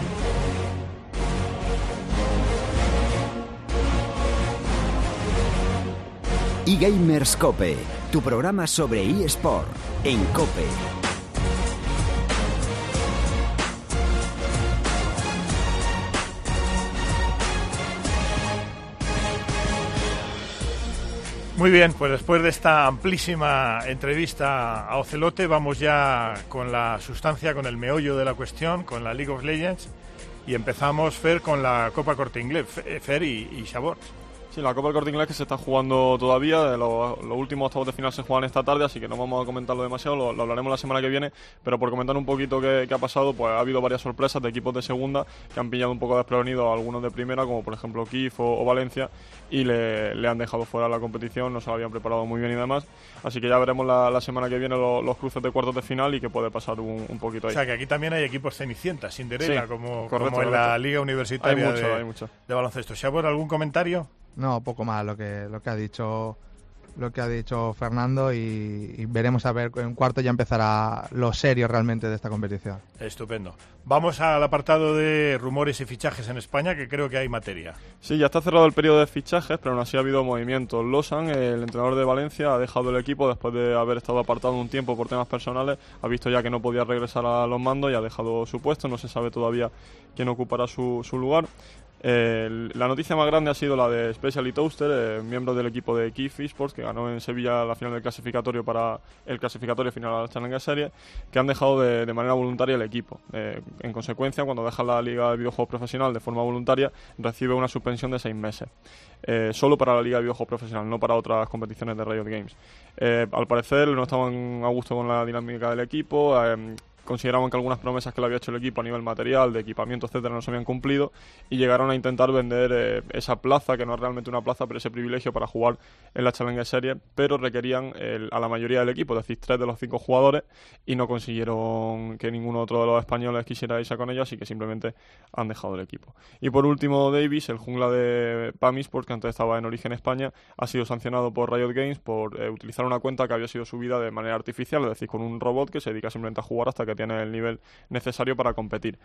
eGamers Cope, tu programa sobre eSport en Cope. Muy bien, pues después de esta amplísima entrevista a Ocelote, vamos ya con la sustancia, con el meollo de la cuestión, con la League of Legends, y empezamos, Fer, con la Copa Corte Inglés, Fer y, y Xabor. Sí, la Copa del Corte Inglés que se está jugando todavía, los, los últimos octavos de final se juegan esta tarde, así que no vamos a comentarlo demasiado, lo, lo hablaremos la semana que viene, pero por comentar un poquito qué, qué ha pasado, pues ha habido varias sorpresas de equipos de segunda que han pillado un poco desprevenidos a algunos de primera, como por ejemplo Kif o, o Valencia, y le, le han dejado fuera la competición, no se lo habían preparado muy bien y demás, así que ya veremos la, la semana que viene los, los cruces de cuartos de final y qué puede pasar un, un poquito ahí. O sea, que aquí también hay equipos cenicientas, Cinderella, sí, como, correcto, como en correcto. la Liga Universitaria hay mucho, de, hay mucho. de baloncesto. Xabor, ¿algún comentario? No, poco más lo que lo que ha dicho lo que ha dicho Fernando y, y veremos a ver, en cuarto ya empezará lo serio realmente de esta competición. Estupendo. Vamos al apartado de rumores y fichajes en España, que creo que hay materia. Sí, ya está cerrado el periodo de fichajes, pero aún así ha habido movimientos. Losan, el entrenador de Valencia, ha dejado el equipo después de haber estado apartado un tiempo por temas personales, ha visto ya que no podía regresar a los mandos y ha dejado su puesto, no se sabe todavía quién ocupará su, su lugar. Eh, la noticia más grande ha sido la de Specially Toaster, eh, miembro del equipo de Kif Esports, que ganó en Sevilla la final del clasificatorio para el clasificatorio final a la Challenger Series, que han dejado de, de manera voluntaria el equipo. Eh, en consecuencia, cuando deja la Liga de Videojuegos Profesional de forma voluntaria, recibe una suspensión de seis meses. Eh, solo para la Liga de Videojuegos Profesional, no para otras competiciones de Riot Games. Eh, al parecer no estaban a gusto con la dinámica del equipo, eh, consideraban que algunas promesas que le había hecho el equipo a nivel material, de equipamiento, etcétera, no se habían cumplido y llegaron a intentar vender eh, esa plaza, que no es realmente una plaza, pero ese privilegio para jugar en la Challenger Series, pero requerían el, a la mayoría del equipo, es decir, tres de los cinco jugadores, y no consiguieron que ninguno otro de los españoles quisiera irse con ellos, así que simplemente han dejado el equipo. Y por último, Davis, el jungla de P A M Esports, que antes estaba en Origen España, ha sido sancionado por Riot Games por eh, utilizar una cuenta que había sido subida de manera artificial, es decir, con un robot que se dedica simplemente a jugar hasta que que tiene el nivel necesario para competir.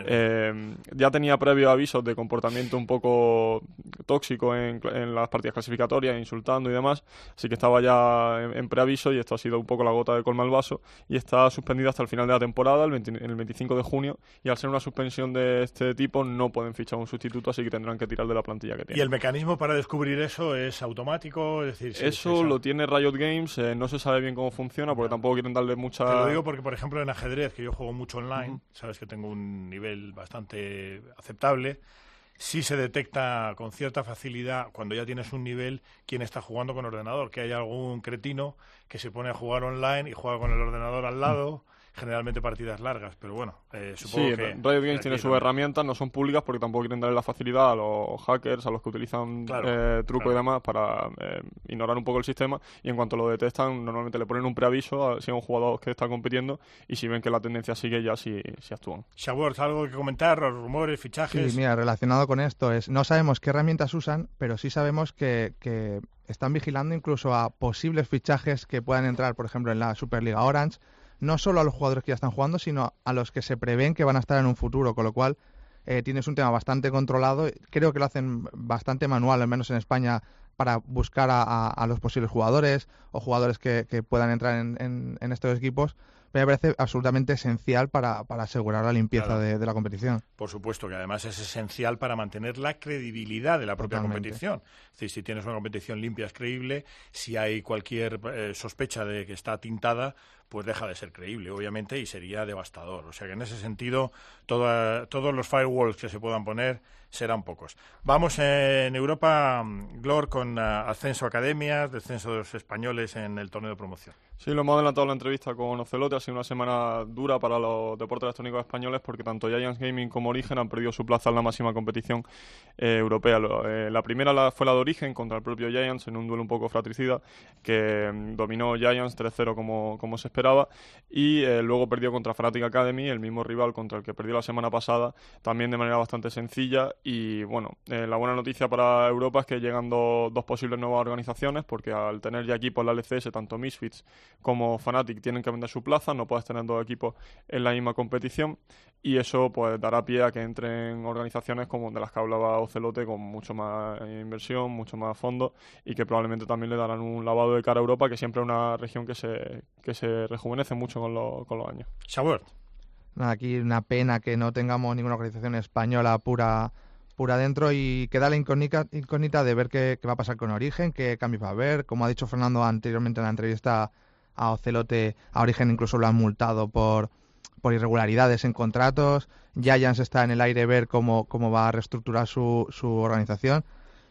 Eh, ya tenía previo avisos de comportamiento un poco tóxico en, en las partidas clasificatorias, insultando y demás, así que estaba ya en, en preaviso y esto ha sido un poco la gota de colma el vaso y está suspendida hasta el final de la temporada, el, veinte, el veinticinco de junio, y al ser una suspensión de este tipo no pueden fichar un sustituto, así que tendrán que tirar de la plantilla que tienen. ¿Y el mecanismo para descubrir eso es automático? Es decir, si eso es lo tiene Riot Games, eh, no se sabe bien cómo funciona porque tampoco quieren darle mucha... Te lo digo porque, por ejemplo, en ajedrez, que yo juego mucho online, uh-huh. sabes que tengo un nivel bastante aceptable, sí se detecta con cierta facilidad, cuando ya tienes un nivel, quién está jugando con ordenador, que hay algún cretino que se pone a jugar online y juega con el ordenador al lado, uh-huh. generalmente partidas largas, pero bueno, eh, supongo sí, que... Riot Games tiene sus herramientas, no son públicas porque tampoco quieren darle la facilidad a los hackers, a los que utilizan claro, eh, truco claro. y demás para eh, ignorar un poco el sistema, y en cuanto lo detectan, normalmente le ponen un preaviso a, si a un jugador que está compitiendo, y si ven que la tendencia sigue ya, sí, sí actúan. Shaword, ¿algo que comentar? ¿Rumores, fichajes? Sí, mira, relacionado con esto, es no sabemos qué herramientas usan, pero sí sabemos que... que están vigilando incluso a posibles fichajes que puedan entrar, por ejemplo, en la Superliga Orange, no solo a los jugadores que ya están jugando, sino a los que se prevén que van a estar en un futuro, con lo cual eh, tienes un tema bastante controlado. Creo que lo hacen bastante manual, al menos en España, para buscar a, a, a los posibles jugadores o jugadores que, que puedan entrar en, en, en estos equipos. Me parece absolutamente esencial para, para asegurar la limpieza claro. de, de la competición. Por supuesto, que además es esencial para mantener la credibilidad de la propia Totalmente. competición. Es decir, si tienes una competición limpia, es creíble. Si hay cualquier eh, sospecha de que está tintada, pues deja de ser creíble, obviamente, y sería devastador. O sea que en ese sentido, toda, todos los firewalls que se puedan poner serán pocos. Vamos en Europa, Glor, con uh, ascenso a academias, descenso de los españoles en el torneo de promoción. Sí, lo hemos adelantado en la entrevista con Ocelote. Ha sido una semana dura para los deportes electrónicos españoles porque tanto Giants Gaming como Origen han perdido su plaza en la máxima competición eh, europea. Lo, eh, la primera la, fue la de Origen contra el propio Giants en un duelo un poco fratricida que eh, dominó Giants tres cero como, como se esperaba, y eh, luego perdió contra Fnatic Academy, el mismo rival contra el que perdió la semana pasada, también de manera bastante sencilla. Y bueno, eh, la buena noticia para Europa es que llegan do, dos posibles nuevas organizaciones, porque al tener ya equipos en la L C S, tanto Misfits como Fnatic tienen que vender su plaza, no puedes tener dos equipos en la misma competición, y eso pues dará pie a que entren organizaciones como de las que hablaba Ocelote, con mucho más inversión, mucho más fondos, y que probablemente también le darán un lavado de cara a Europa, que siempre es una región que se, que se rejuvenece mucho con, lo, con los años. Shaword. Aquí una pena que no tengamos ninguna organización española pura pura dentro, y queda la incógnita, incógnita de ver qué, qué va a pasar con Origen, qué cambios va a haber. Como ha dicho Fernando anteriormente en la entrevista a Ocelote, a Origen incluso lo han multado por, por irregularidades en contratos. Giants está en el aire ver cómo, cómo va a reestructurar su, su organización,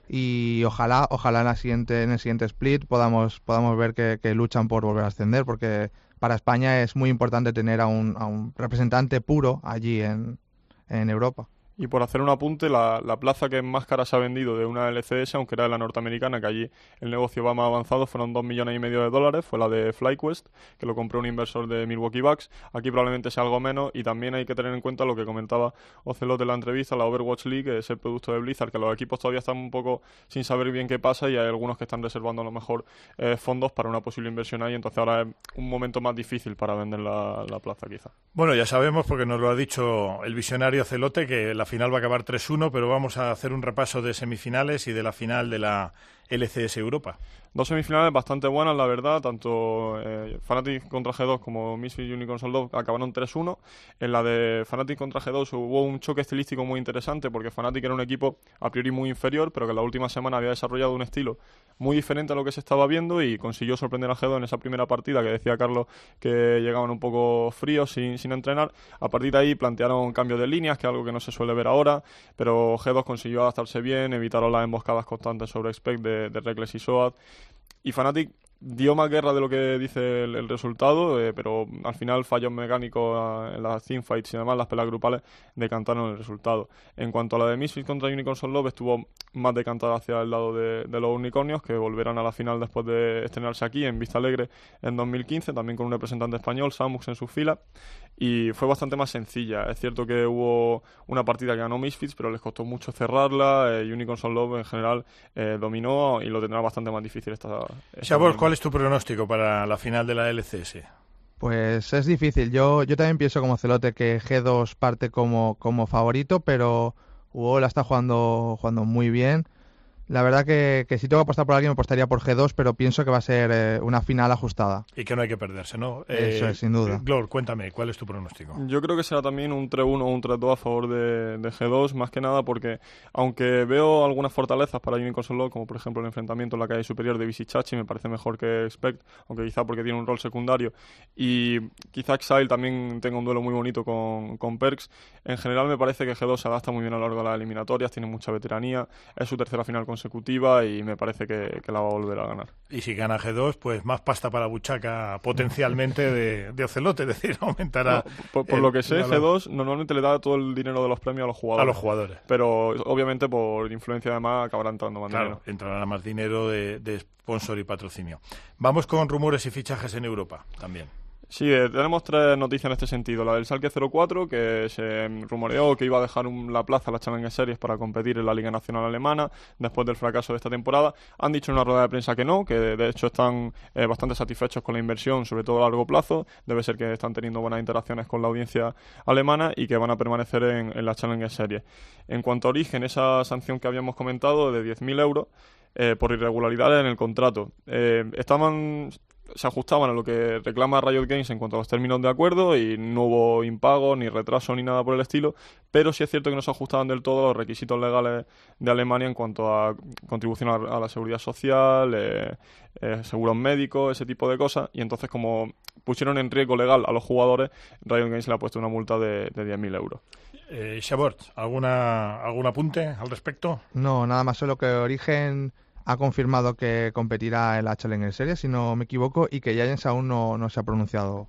y ojalá ojalá en, la siguiente, en el siguiente split podamos, podamos ver que, que luchan por volver a ascender, porque para España es muy importante tener a un, a un representante puro allí en, en Europa. Y por hacer un apunte, la, la plaza que más cara se ha vendido de una L C S, aunque era de la norteamericana, que allí el negocio va más avanzado, fueron dos millones y medio de dólares, fue la de FlyQuest, que lo compró un inversor de Milwaukee Bucks. Aquí probablemente sea algo menos, y también hay que tener en cuenta lo que comentaba Ocelot en la entrevista, la Overwatch League, que es el producto de Blizzard, que los equipos todavía están un poco sin saber bien qué pasa, y hay algunos que están reservando a lo mejor eh, fondos para una posible inversión ahí, entonces ahora es un momento más difícil para vender la, la plaza quizá. Bueno, ya sabemos, porque nos lo ha dicho el visionario Ocelote, que la final va a acabar tres uno, pero vamos a hacer un repaso de semifinales y de la final de la L C S Europa. Dos semifinales bastante buenas, la verdad, tanto eh, Fnatic contra G dos como Misfits y Unicorn Sold acabaron tres uno. En la de Fnatic contra G dos hubo un choque estilístico muy interesante, porque Fnatic era un equipo a priori muy inferior, pero que en la última semana había desarrollado un estilo muy diferente a lo que se estaba viendo, y consiguió sorprender a G dos en esa primera partida, que decía Carlos que llegaban un poco fríos, sin, sin entrenar. A partir de ahí plantearon cambios de líneas, que es algo que no se suele ver ahora, pero G dos consiguió adaptarse bien, evitaron las emboscadas constantes sobre Expect de, de Reckless y Soad, y Fnatic dio más guerra de lo que dice el, el resultado, eh, pero al final fallos mecánicos en las teamfights y además las peleas grupales decantaron el resultado. En cuanto a la de Misfits contra Unicorn Soul Love, estuvo más decantada hacia el lado de, de los unicornios, que volverán a la final después de estrenarse aquí en Vista Alegre en dos mil quince, también con un representante español, Samux, en su fila, y fue bastante más sencilla. Es cierto que hubo una partida que ganó Misfits, pero les costó mucho cerrarla, eh, y Unicorn Soul Love en general eh, dominó, y lo tendrá bastante más difícil esta, esta ¿Cuál es tu pronóstico para la final de la L C S? Pues es difícil. Yo yo también pienso como Celote que G dos parte como, como favorito, pero Hugo la está jugando jugando muy bien. La verdad que, que si tengo que apostar por alguien me apostaría por G dos, pero pienso que va a ser eh, una final ajustada. Y que no hay que perderse, ¿no? Eso eh, es, sin duda. Glor, cuéntame, ¿cuál es tu pronóstico? Yo creo que será también un tres uno o un tres dos a favor de, de G dos, más que nada porque, aunque veo algunas fortalezas para Union Console Lock, como por ejemplo el enfrentamiento en la calle superior de Visichachi, me parece mejor que Expect, aunque quizá porque tiene un rol secundario, y quizá Exile también tenga un duelo muy bonito con, con Perks. En general me parece que G dos se adapta muy bien a lo largo de las eliminatorias, tiene mucha veteranía, es su tercera final consecutiva y me parece que, que la va a volver a ganar. Y si gana G dos, pues más pasta para la buchaca potencialmente de, de Ocelote, es decir, aumentará... No, por, por el, lo que sé, la, G dos normalmente le da todo el dinero de los premios a los jugadores. A los jugadores. Pero obviamente por influencia además acabará entrando más claro, dinero. entrará más dinero de, de sponsor y patrocinio. Vamos con rumores y fichajes en Europa también. Sí, eh, tenemos tres noticias en este sentido. La del Schalke cero cuatro, que se rumoreó que iba a dejar un, la plaza a la Challenger Series para competir en la Liga Nacional Alemana después del fracaso de esta temporada. Han dicho en una rueda de prensa que no, que de hecho están eh, bastante satisfechos con la inversión, sobre todo a largo plazo. Debe ser que están teniendo buenas interacciones con la audiencia alemana y que van a permanecer en, en la Challenger Series. En cuanto a origen, esa sanción que habíamos comentado de diez mil euros eh, por irregularidades en el contrato. Eh, estaban... se ajustaban a lo que reclama Riot Games en cuanto a los términos de acuerdo y no hubo impago, ni retraso, ni nada por el estilo, pero sí es cierto que no se ajustaban del todo los requisitos legales de Alemania en cuanto a contribución a, a la seguridad social, eh, eh, seguros médicos, ese tipo de cosas, y entonces como pusieron en riesgo legal a los jugadores, Riot Games le ha puesto una multa de, de diez mil euros. Eh, Shabort, ¿alguna, ¿algún apunte al respecto? No, nada más, solo que Origen ha confirmado que competirá en la Challenger Series, si no me equivoco, y que Giants aún no, no se ha pronunciado.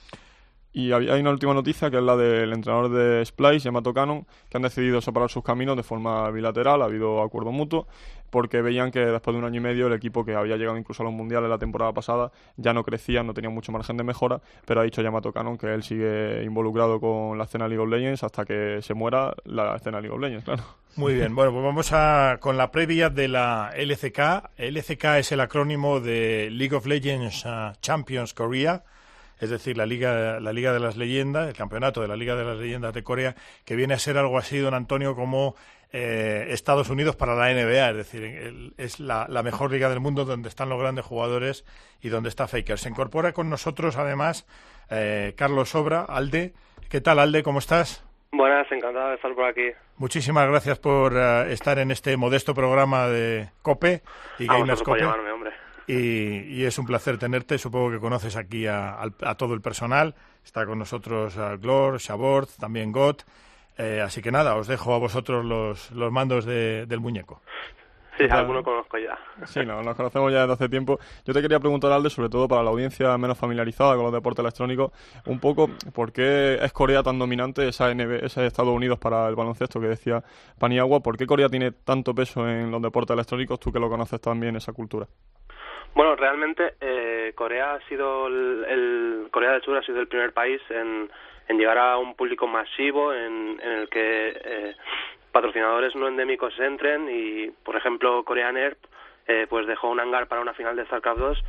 Y hay una última noticia que es la del entrenador de Splice, Yamato Cannon, que han decidido separar sus caminos de forma bilateral, ha habido acuerdo mutuo, porque veían que después de un año y medio el equipo que había llegado incluso a los mundiales la temporada pasada ya no crecía, no tenía mucho margen de mejora, pero ha dicho Yamato Cannon que él sigue involucrado con la escena League of Legends hasta que se muera la escena League of Legends, claro. Muy bien, bueno, pues vamos a con la previa de la L C K. L C K es el acrónimo de League of Legends uh, Champions Korea, es decir, la Liga, la Liga de las Leyendas, el campeonato de la Liga de las Leyendas de Corea, que viene a ser algo así, don Antonio, como eh, Estados Unidos para la N B A, es decir, el, es la, la mejor liga del mundo donde están los grandes jugadores y donde está Faker. Se incorpora con nosotros, además, eh, Carlos Sobra, Alde. ¿Qué tal, Alde? ¿Cómo estás? Buenas, encantado de estar por aquí. Muchísimas gracias por uh, estar en este modesto programa de COPE y ah, Gamers por COPE. llamarme, hombre. Y, y es un placer tenerte. Supongo que conoces aquí a, a, a todo el personal. Está con nosotros uh, Glor, Shabort, también Got. Eh, así que nada, os dejo a vosotros los, los mandos de, del muñeco. Sí, alguno conozco ya. Sí, no, nos conocemos ya desde hace tiempo. Yo te quería preguntar, Alde, sobre todo para la audiencia menos familiarizada con los deportes electrónicos, un poco por qué es Corea tan dominante, esa N B A, ese Estados Unidos para el baloncesto que decía Paniagua, ¿por qué Corea tiene tanto peso en los deportes electrónicos? Tú que lo conoces también, esa cultura. Bueno, realmente eh, Corea ha sido el, el Corea del Sur ha sido el primer país en, en llegar a un público masivo en, en el que eh, patrocinadores no endémicos entren y, por ejemplo, Korean Air eh, pues dejó un hangar para una final de StarCraft dos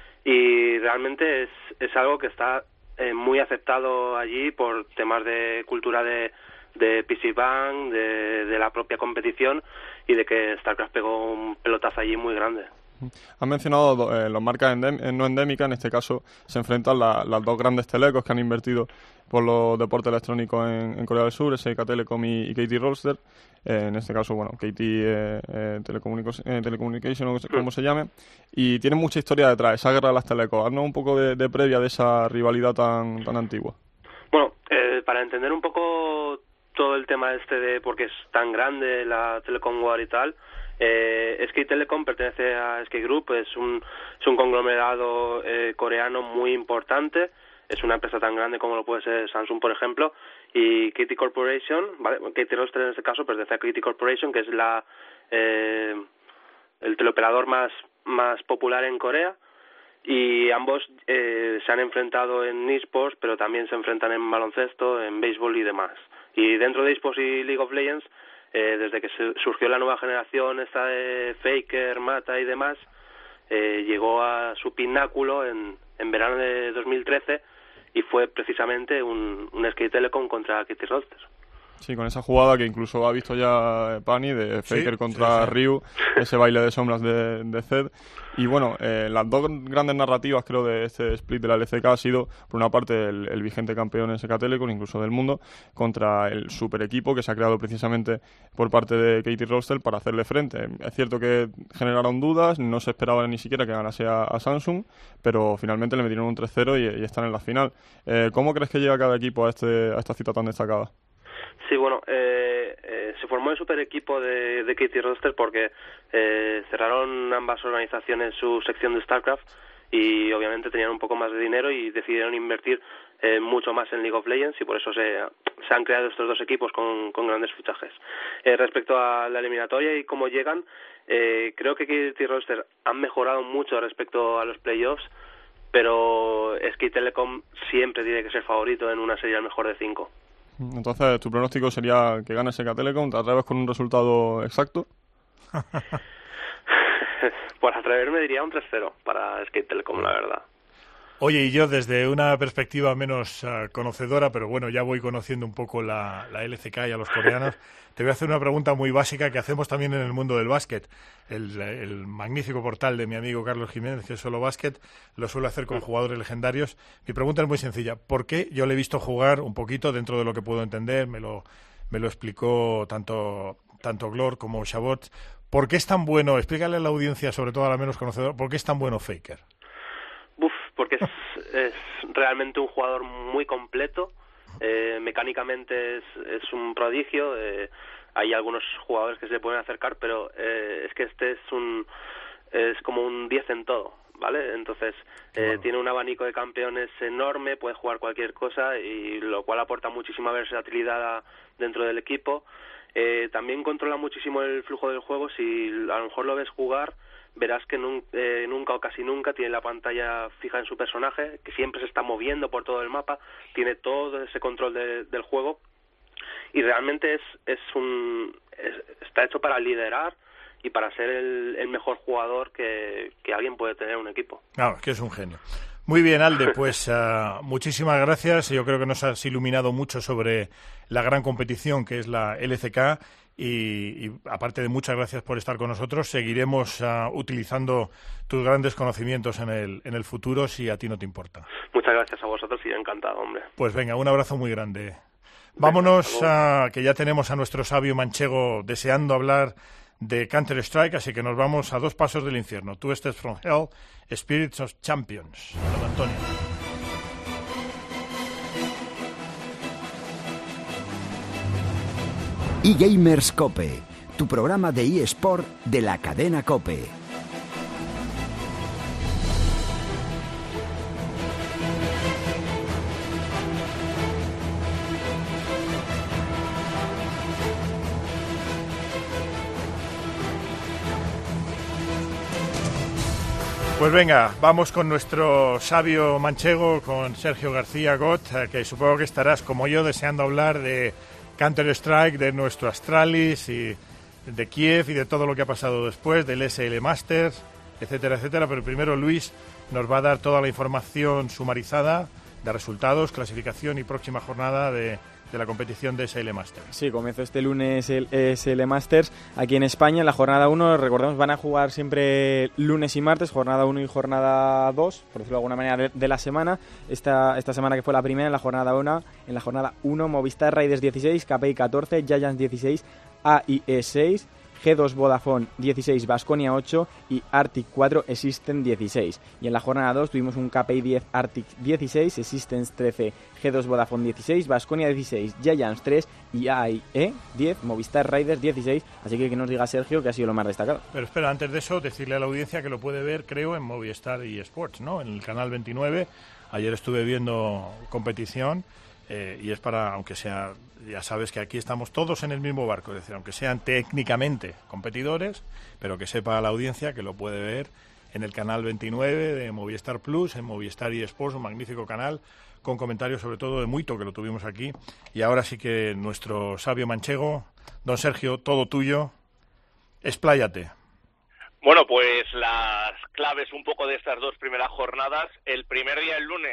y realmente es, es algo que está eh, muy aceptado allí por temas de cultura de, de P C Bank, de, de la propia competición y de que StarCraft pegó un pelotazo allí muy grande. Han mencionado eh, las marcas endem- no endémicas, en este caso se enfrentan la, las dos grandes telecos que han invertido por los deportes electrónicos en, en Corea del Sur, S K Telecom y, y K T Rolster, eh, en este caso, bueno, K T eh, eh, Telecomunic- eh, Telecommunication, o como se llame, y tienen mucha historia detrás, esa guerra de las telecos. Haznos un poco de, de previa de esa rivalidad tan, tan antigua. Bueno, eh, para entender un poco todo el tema este de por qué es tan grande la Telecom War y tal, Eh, S K Telecom pertenece a S K Group, es un, es un conglomerado eh, coreano muy importante, es una empresa tan grande como lo puede ser Samsung, por ejemplo, y K T Corporation, ¿vale? K T Rolster en este caso pertenece a K T Corporation, que es la eh, el teleoperador más, más popular en Corea, y ambos eh, se han enfrentado en eSports, pero también se enfrentan en baloncesto, en béisbol y demás. Y dentro de eSports y League of Legends, Eh, desde que se surgió la nueva generación esta de Faker, Mata y demás, eh, llegó a su pináculo en, en verano de dos mil trece y fue precisamente un, un Skate Telecom contra Katie Roster. Sí, con esa jugada que incluso ha visto ya Pani de Faker sí, contra sí, sí. Ryu, ese baile de sombras de, de Zed. Y bueno, eh, las dos grandes narrativas creo de este split de la L C K ha sido, por una parte, el, el vigente campeón S K Telecom, incluso del mundo, contra el super equipo que se ha creado precisamente por parte de Katie Roster para hacerle frente. Es cierto que generaron dudas, no se esperaba ni siquiera que ganase a, a Samsung, pero finalmente le metieron un tres cero y, y están en la final. Eh, ¿Cómo crees que llega cada equipo a, este, a esta cita tan destacada? Sí, bueno, eh, eh, se formó el super equipo de, de Katie Roster porque eh, cerraron ambas organizaciones su sección de StarCraft y obviamente tenían un poco más de dinero y decidieron invertir eh, mucho más en League of Legends y por eso se, se han creado estos dos equipos con, con grandes fichajes. Eh, respecto a la eliminatoria y cómo llegan, eh, creo que Katie Roster han mejorado mucho respecto a los playoffs, pero Skate Telecom siempre tiene que ser favorito en una serie al mejor de cinco. Entonces, ¿tu pronóstico sería que gane S K Telecom? ¿Te atreves con un resultado exacto? Por atreverme diría un tres cero para Skate Telecom, la verdad. Oye, y yo desde una perspectiva menos uh, conocedora, pero bueno, ya voy conociendo un poco la, la L C K y a los coreanos, te voy a hacer una pregunta muy básica que hacemos también en el mundo del básquet. El, el magnífico portal de mi amigo Carlos Jiménez, que es Solo Básquet, lo suele hacer con jugadores legendarios. Mi pregunta es muy sencilla. ¿Por qué? Yo le he visto jugar un poquito dentro de lo que puedo entender, me lo, me lo explicó tanto, tanto Glor como Chabot. ¿Por qué es tan bueno? Explícale a la audiencia, sobre todo a la menos conocedora, ¿por qué es tan bueno Faker? Uf, porque es, es realmente un jugador muy completo, eh, mecánicamente es, es un prodigio, eh, hay algunos jugadores que se le pueden acercar, pero eh, es que este es un es como un diez en todo, ¿vale? Entonces eh, bueno. tiene un abanico de campeones enorme, puede jugar cualquier cosa y lo cual aporta muchísima versatilidad a, dentro del equipo. Eh, también controla muchísimo el flujo del juego. Si a lo mejor lo ves jugar, verás que nun, eh, nunca o casi nunca tiene la pantalla fija en su personaje, que siempre se está moviendo por todo el mapa, tiene todo ese control de, del juego y realmente es, es un es, está hecho para liderar y para ser el, el mejor jugador que, que alguien puede tener en un equipo. Claro, es que es un genio. Muy bien, Alde, pues uh, muchísimas gracias. Yo creo que nos has iluminado mucho sobre la gran competición que es la L C K y, y aparte de muchas gracias por estar con nosotros, seguiremos uh, utilizando tus grandes conocimientos en el, en el futuro si a ti no te importa. Muchas gracias a vosotros y encantado, hombre. Pues venga, un abrazo muy grande. Vámonos, uh, que ya tenemos a nuestro sabio manchego deseando hablar de Counter-Strike, así que nos vamos a dos pasos del infierno. Tú estés from Hell, Spirits of Champions. Don Antonio. eGamers Cope, tu programa de eSport de la cadena Cope. Pues venga, vamos con nuestro sabio manchego, con Sergio García Got, que supongo que estarás como yo deseando hablar de Counter-Strike, de nuestro Astralis y de Kiev y de todo lo que ha pasado después, del S L Masters, etcétera, etcétera. Pero primero Luis nos va a dar toda la información sumarizada de resultados, clasificación y próxima jornada de, de la competición de S L Masters. Sí, comenzó este lunes el S L Masters aquí en España. En la jornada uno, recordemos, van a jugar siempre lunes y martes, jornada uno y jornada dos, por decirlo de alguna manera, de, de la semana. Esta, esta semana que fue la primera, en la jornada uno, en la jornada uno, Movistar Raiders dieciséis, K P I catorce, Giants dieciséis, A I E seis, G dos Vodafone dieciséis, Baskonia ocho y Arctic cuatro, Existence dieciséis. Y en la jornada dos tuvimos un K P I diez, Arctic dieciséis, Existence trece, G dos Vodafone dieciséis, Baskonia dieciséis, Giants tres y A I E diez, Movistar Raiders dieciséis. Así que que nos diga Sergio que ha sido lo más destacado. Pero espera, antes de eso, decirle a la audiencia que lo puede ver, creo, en Movistar y Sports, ¿no? En el canal veintinueve. Ayer estuve viendo competición. Eh, y es para, aunque sea, ya sabes que aquí estamos todos en el mismo barco, es decir, aunque sean técnicamente competidores, pero que sepa la audiencia que lo puede ver en el canal veintinueve de Movistar Plus, en Movistar y Sports, un magnífico canal, con comentarios sobre todo de Muito, que lo tuvimos aquí. Y ahora sí que nuestro sabio manchego, don Sergio, todo tuyo, expláyate. Bueno, pues las claves un poco de estas dos primeras jornadas. El primer día, el lunes,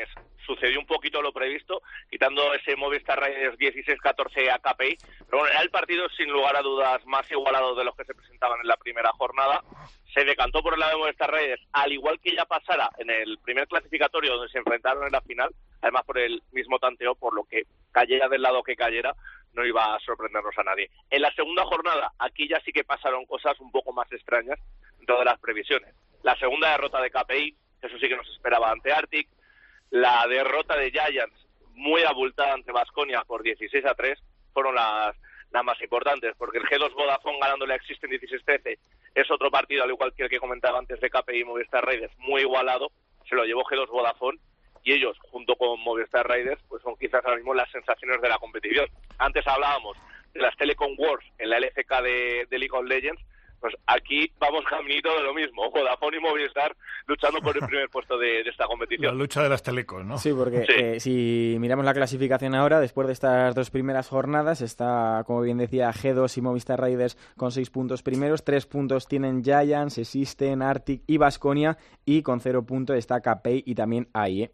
sucedió un poquito lo previsto, quitando ese Movistar Riders dieciséis catorce a K P I, pero bueno, era el partido sin lugar a dudas más igualado de los que se presentaban en la primera jornada. Se decantó por el lado de Movistar Riders, al igual que ya pasara en el primer clasificatorio donde se enfrentaron en la final, además por el mismo tanteo, por lo que cayera del lado que cayera, no iba a sorprendernos a nadie. En la segunda jornada, aquí ya sí que pasaron cosas un poco más extrañas en todas las previsiones. La segunda derrota de K P I, eso sí que nos esperaba ante Arctic, la derrota de Giants, muy abultada ante Baskonia por dieciséis a tres, fueron las, las más importantes, porque el G dos Vodafone ganándole a Existen dieciséis trece es otro partido, al igual que el que comentaba antes de K P I y Movistar Riders, muy igualado, se lo llevó G dos Vodafone, y ellos, junto con Movistar Riders, pues son quizás ahora mismo las sensaciones de la competición. Antes hablábamos de las Telecom Wars en la L C K de, de League of Legends, pues aquí vamos caminito de lo mismo, Vodafone y Movistar luchando por el primer puesto de, de esta competición. La lucha de las telecos, ¿no? Sí, porque sí. Eh, si miramos la clasificación ahora, después de estas dos primeras jornadas, está, como bien decía, G dos y Movistar Riders con seis puntos primeros, tres puntos tienen Giants, Existen, Arctic y Baskonia, y con cero puntos está K P I y también A I E.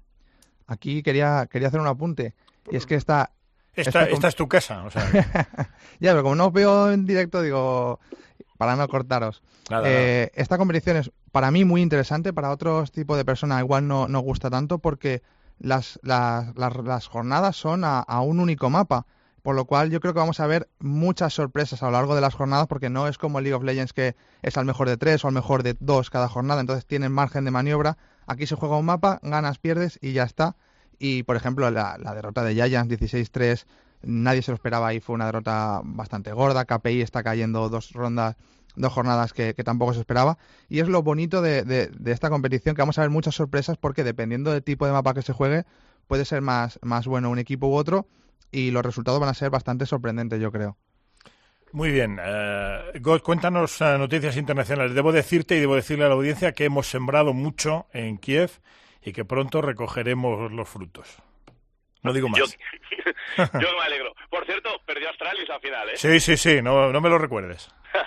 Aquí quería, quería hacer un apunte, y es que esta... Esta, esta, esta es tu casa, o sea... Ya, pero como no os veo en directo, digo... Para no cortaros. Nada, eh, nada. Esta competición es para mí muy interesante, para otros tipos de personas igual no, no gusta tanto porque las, las, las, las jornadas son a, a un único mapa, por lo cual yo creo que vamos a ver muchas sorpresas a lo largo de las jornadas porque no es como League of Legends que es al mejor de tres o al mejor de dos cada jornada, entonces tienen margen de maniobra. Aquí se juega un mapa, ganas, pierdes y ya está. Y por ejemplo la, la derrota de Giants dieciséis tres, nadie se lo esperaba y fue una derrota bastante gorda. K P I está cayendo dos rondas, dos jornadas que, que tampoco se esperaba. Y es lo bonito de, de, de esta competición, que vamos a ver muchas sorpresas porque dependiendo del tipo de mapa que se juegue, puede ser más, más bueno un equipo u otro y los resultados van a ser bastante sorprendentes, yo creo. Muy bien. Uh, God, cuéntanos uh, noticias internacionales. Debo decirte y debo decirle a la audiencia que hemos sembrado mucho en Kiev y que pronto recogeremos los frutos. No digo más. Yo, yo me alegro. Por cierto, perdió Astralis al final, ¿eh? Sí, sí, sí, no, no me lo recuerdes.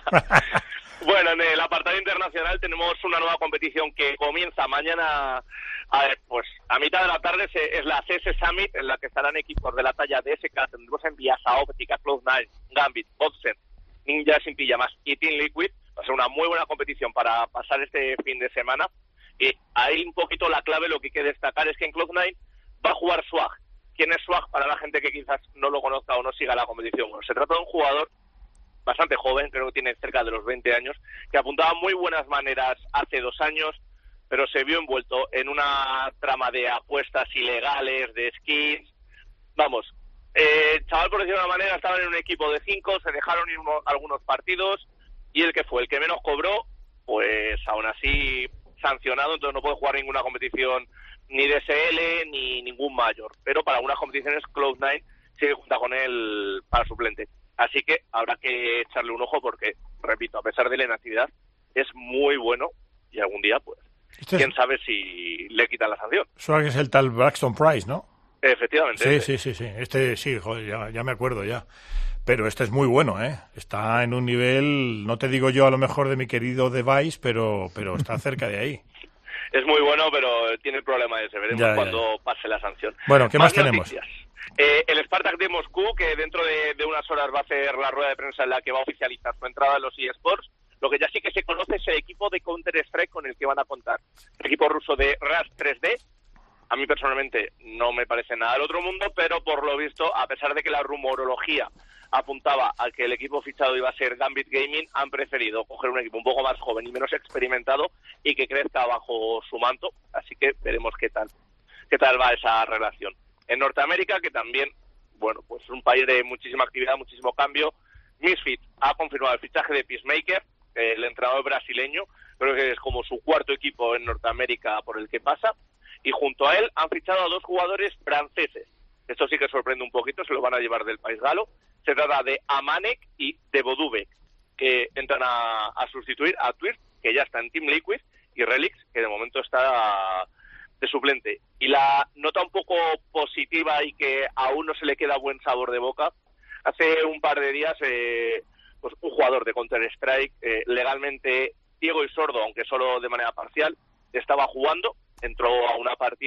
Bueno, en el apartado internacional tenemos una nueva competición que comienza mañana, a ver, pues a mitad de la tarde. Se, es la C S Summit, en la que estarán equipos de la talla de S K. Tendremos en Viasa Óptica, Cloud nine, Gambit, Godsend, Ninja Sin Pijamas y Team Liquid. Va a ser una muy buena competición para pasar este fin de semana. Y ahí un poquito la clave, lo que hay que destacar es que en Cloud nine va a jugar Swag. ¿Quién es Swag? Para la gente que quizás no lo conozca o no siga la competición. Bueno, se trata de un jugador bastante joven, creo que tiene cerca de los veinte años, que apuntaba muy buenas maneras hace dos años, pero se vio envuelto en una trama de apuestas ilegales, de skins. Vamos, eh, chaval, por decirlo de una manera, estaban en un equipo de cinco, se dejaron ir uno, algunos partidos, y el que fue el que menos cobró, pues aún así sancionado, entonces no puede jugar ninguna competición ni D S L ni ningún mayor, pero para algunas competiciones Cloud nine sí que cuenta con él para suplente. Así que habrá que echarle un ojo porque, repito, a pesar de la inactividad, es muy bueno y algún día, pues, este quién es... sabe si le quitan la sanción. Swag es el tal Braxton Price, ¿no? Efectivamente. Sí, sí, sí, sí. Este sí, joder, ya, ya me acuerdo ya. Pero este es muy bueno, ¿eh? Está en un nivel, no te digo yo a lo mejor de mi querido Device, pero, pero está cerca de ahí. Es muy bueno, pero tiene el problema ese. Veremos ya, cuando ya. pase la sanción. Bueno, ¿qué más, más tenemos? Eh, el Spartak de Moscú, que dentro de, de unas horas va a hacer la rueda de prensa en la que va a oficializar su entrada a los eSports. Lo que ya sí que se conoce es el equipo de Counter-Strike con el que van a contar. El equipo ruso de Rust tres D. A mí personalmente no me parece nada del otro mundo, pero por lo visto, a pesar de que la rumorología apuntaba a que el equipo fichado iba a ser Gambit Gaming, han preferido coger un equipo un poco más joven y menos experimentado y que crezca bajo su manto. Así que veremos qué tal, qué tal va esa relación. En Norteamérica, que también, bueno, pues es un país de muchísima actividad, muchísimo cambio, Misfit ha confirmado el fichaje de Peacemaker, el entrenador brasileño, creo que es como su cuarto equipo en Norteamérica por el que pasa, y junto a él han fichado a dos jugadores franceses. Esto sí que sorprende un poquito, se lo van a llevar del país galo. Se trata de Amanek y de Bodube, que entran a, a sustituir a Twist, que ya está en Team Liquid, y Relix, que de momento está de suplente. Y la nota un poco positiva y que aún no se le queda buen sabor de boca, hace un par de días eh, pues un jugador de Counter-Strike, eh, legalmente ciego y sordo, aunque solo de manera parcial, estaba jugando, entró a una partida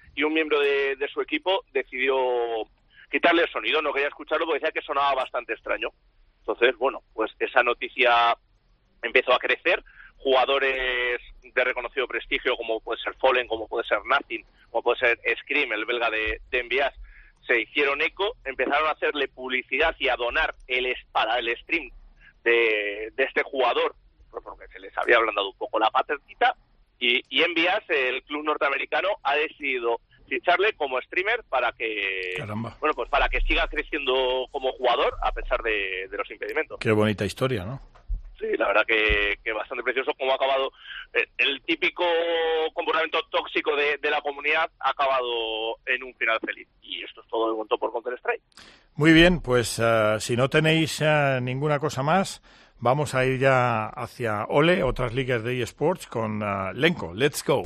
y un miembro de, de su equipo decidió quitarle el sonido, no quería escucharlo porque decía que sonaba bastante extraño. Entonces, bueno, pues esa noticia empezó a crecer, jugadores de reconocido prestigio como puede ser Fallen, como puede ser Nothing, como puede ser Scream, el belga de, de N B A, se hicieron eco, empezaron a hacerle publicidad y a donar el, para el stream de, de este jugador, porque se les había ablandado un poco la patentita, y, y N B A, el club norteamericano, ha decidido ficharle como streamer para que Caramba. bueno pues para que siga creciendo como jugador a pesar de, de los impedimentos. Qué bonita historia, ¿no? Sí, la verdad que, que bastante precioso cómo ha acabado eh, el típico comportamiento tóxico de, de la comunidad ha acabado en un final feliz. Y esto es todo de momento por Counter-Strike. Muy bien, pues uh, si no tenéis uh, ninguna cosa más, vamos a ir ya hacia Ole, otras ligas de eSports, con uh, Lenko. Let's go.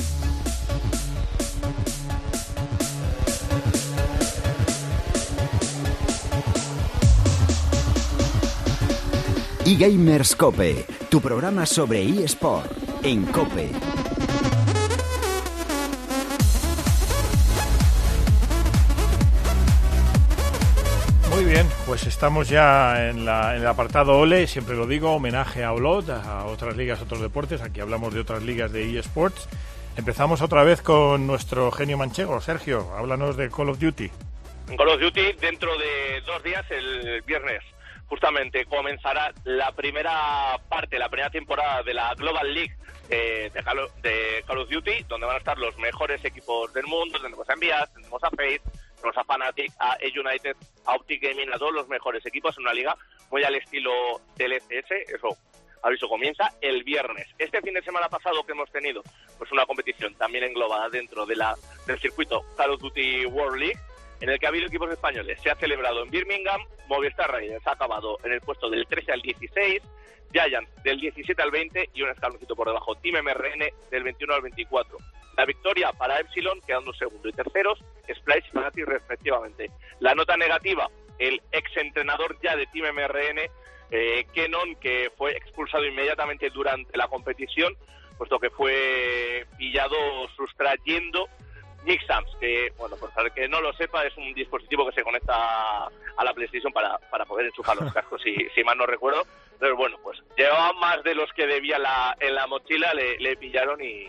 eGamersCope, tu programa sobre eSport en COPE. Muy bien, pues estamos ya en, la, en el apartado Ole, siempre lo digo, homenaje a Olot, a otras ligas, otros deportes. Aquí hablamos de otras ligas de eSports. Empezamos otra vez con nuestro genio manchego. Sergio, háblanos de Call of Duty. Call of Duty, dentro de dos días, el viernes, justamente comenzará la primera parte, la primera temporada de la Global League eh, de, Call of, de Call of Duty, donde van a estar los mejores equipos del mundo. Tenemos a N B A, tenemos a FaZe, tenemos a Fnatic, a A-United, a Optic Gaming, a todos los mejores equipos en una liga muy al estilo del E C S. Eso, aviso, comienza el viernes. Este fin de semana pasado que hemos tenido pues una competición también englobada dentro de la del circuito Call of Duty World League, en el que ha habido equipos españoles. Se ha celebrado en Birmingham, Movistar Raiders ha acabado en el puesto del trece al dieciséis, Giants del diecisiete al veinte y un escaloncito por debajo, Team M R N del veintiuno al veinticuatro. La victoria para Epsilon, quedando segundo y terceros, Splice y Fnatic respectivamente. La nota negativa, el exentrenador ya de Team M R N, eh, Kenon, que fue expulsado inmediatamente durante la competición, puesto que fue pillado sustrayendo Nixams, que, bueno, por el que no lo sepa, es un dispositivo que se conecta a la PlayStation para, para poder enchufar los cascos, si, si mal no recuerdo. Pero bueno, pues llevaba más de los que debía la, en la mochila, le, le pillaron y,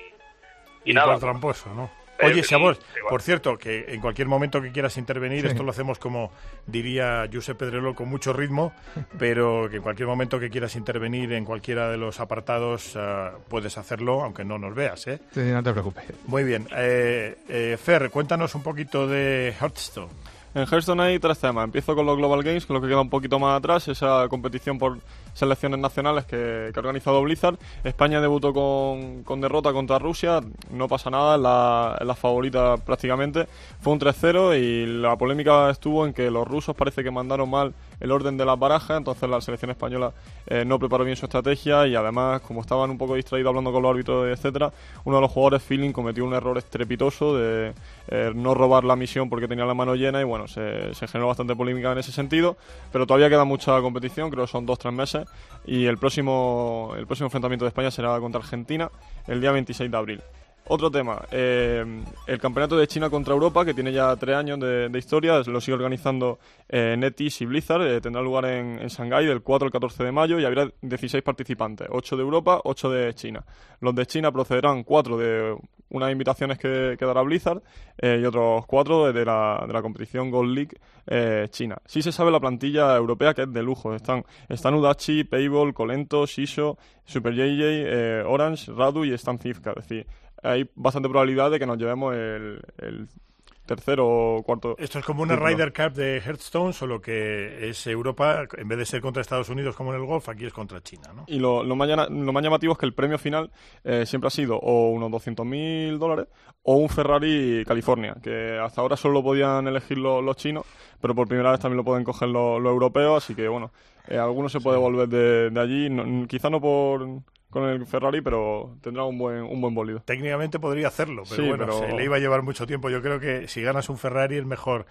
y, y nada. por tramposo, ¿no? Oye, Eh, Sabor, sí, sí, bueno. por cierto, que en cualquier momento que quieras intervenir, Sí. esto lo hacemos como diría Josep Pedrerol, con mucho ritmo, pero que en cualquier momento que quieras intervenir en cualquiera de los apartados uh, puedes hacerlo, aunque no nos veas, ¿eh? Sí, no te preocupes. Muy bien. Eh, eh, Fer, cuéntanos un poquito de Hearthstone. En Hearthstone hay tres temas. Empiezo con los Global Games, que es lo que queda un poquito más atrás, esa competición por selecciones nacionales que, que ha organizado Blizzard. España debutó con, con derrota contra Rusia, no pasa nada, es la, es la favorita prácticamente. Fue un tres cero y la polémica estuvo en que los rusos parece que mandaron mal el orden de las barajas, entonces la selección española eh, no preparó bien su estrategia y además, como estaban un poco distraídos hablando con los árbitros, etcétera, uno de los jugadores, Feeling, cometió un error estrepitoso de eh, no robar la misión porque tenía la mano llena y bueno, se, se generó bastante polémica en ese sentido, pero todavía queda mucha competición, creo que son dos o tres meses y el próximo, el próximo enfrentamiento de España será contra Argentina el día veintiséis de abril. Otro tema, eh, el campeonato de China contra Europa, que tiene ya tres años de, de historia, lo sigue organizando eh, NetEase y Blizzard, eh, tendrá lugar en, en Shanghái del cuatro al catorce de mayo y habrá dieciséis participantes, ocho de Europa, ocho de China. Los de China procederán cuatro de unas invitaciones que, que dará Blizzard eh, y otros cuatro de la, de la competición Gold League eh, China. Sí se sabe la plantilla europea, que es de lujo. Están, están Udachi, Payball, Colento, Shisho, Super J J, eh, Orange, Radu y Stan Zivka. Es decir, hay bastante probabilidad de que nos llevemos el, el tercero o cuarto. Esto es como una título. Ryder Cup de Hearthstone, solo que es Europa, en vez de ser contra Estados Unidos como en el golf, aquí es contra China, ¿no? Y lo, lo, más, llana- lo más llamativo es que el premio final eh, siempre ha sido o unos doscientos mil dólares o un Ferrari California, que hasta ahora solo lo podían elegir los, los chinos, pero por primera vez también lo pueden coger los, los europeos, así que bueno, eh, algunos se puede volver de, de allí, no, quizá no por con el Ferrari, pero tendrá un buen un buen bólido. Técnicamente podría hacerlo, pero Sí, bueno, pero- se le iba a llevar mucho tiempo. Yo creo que si ganas un Ferrari es mejor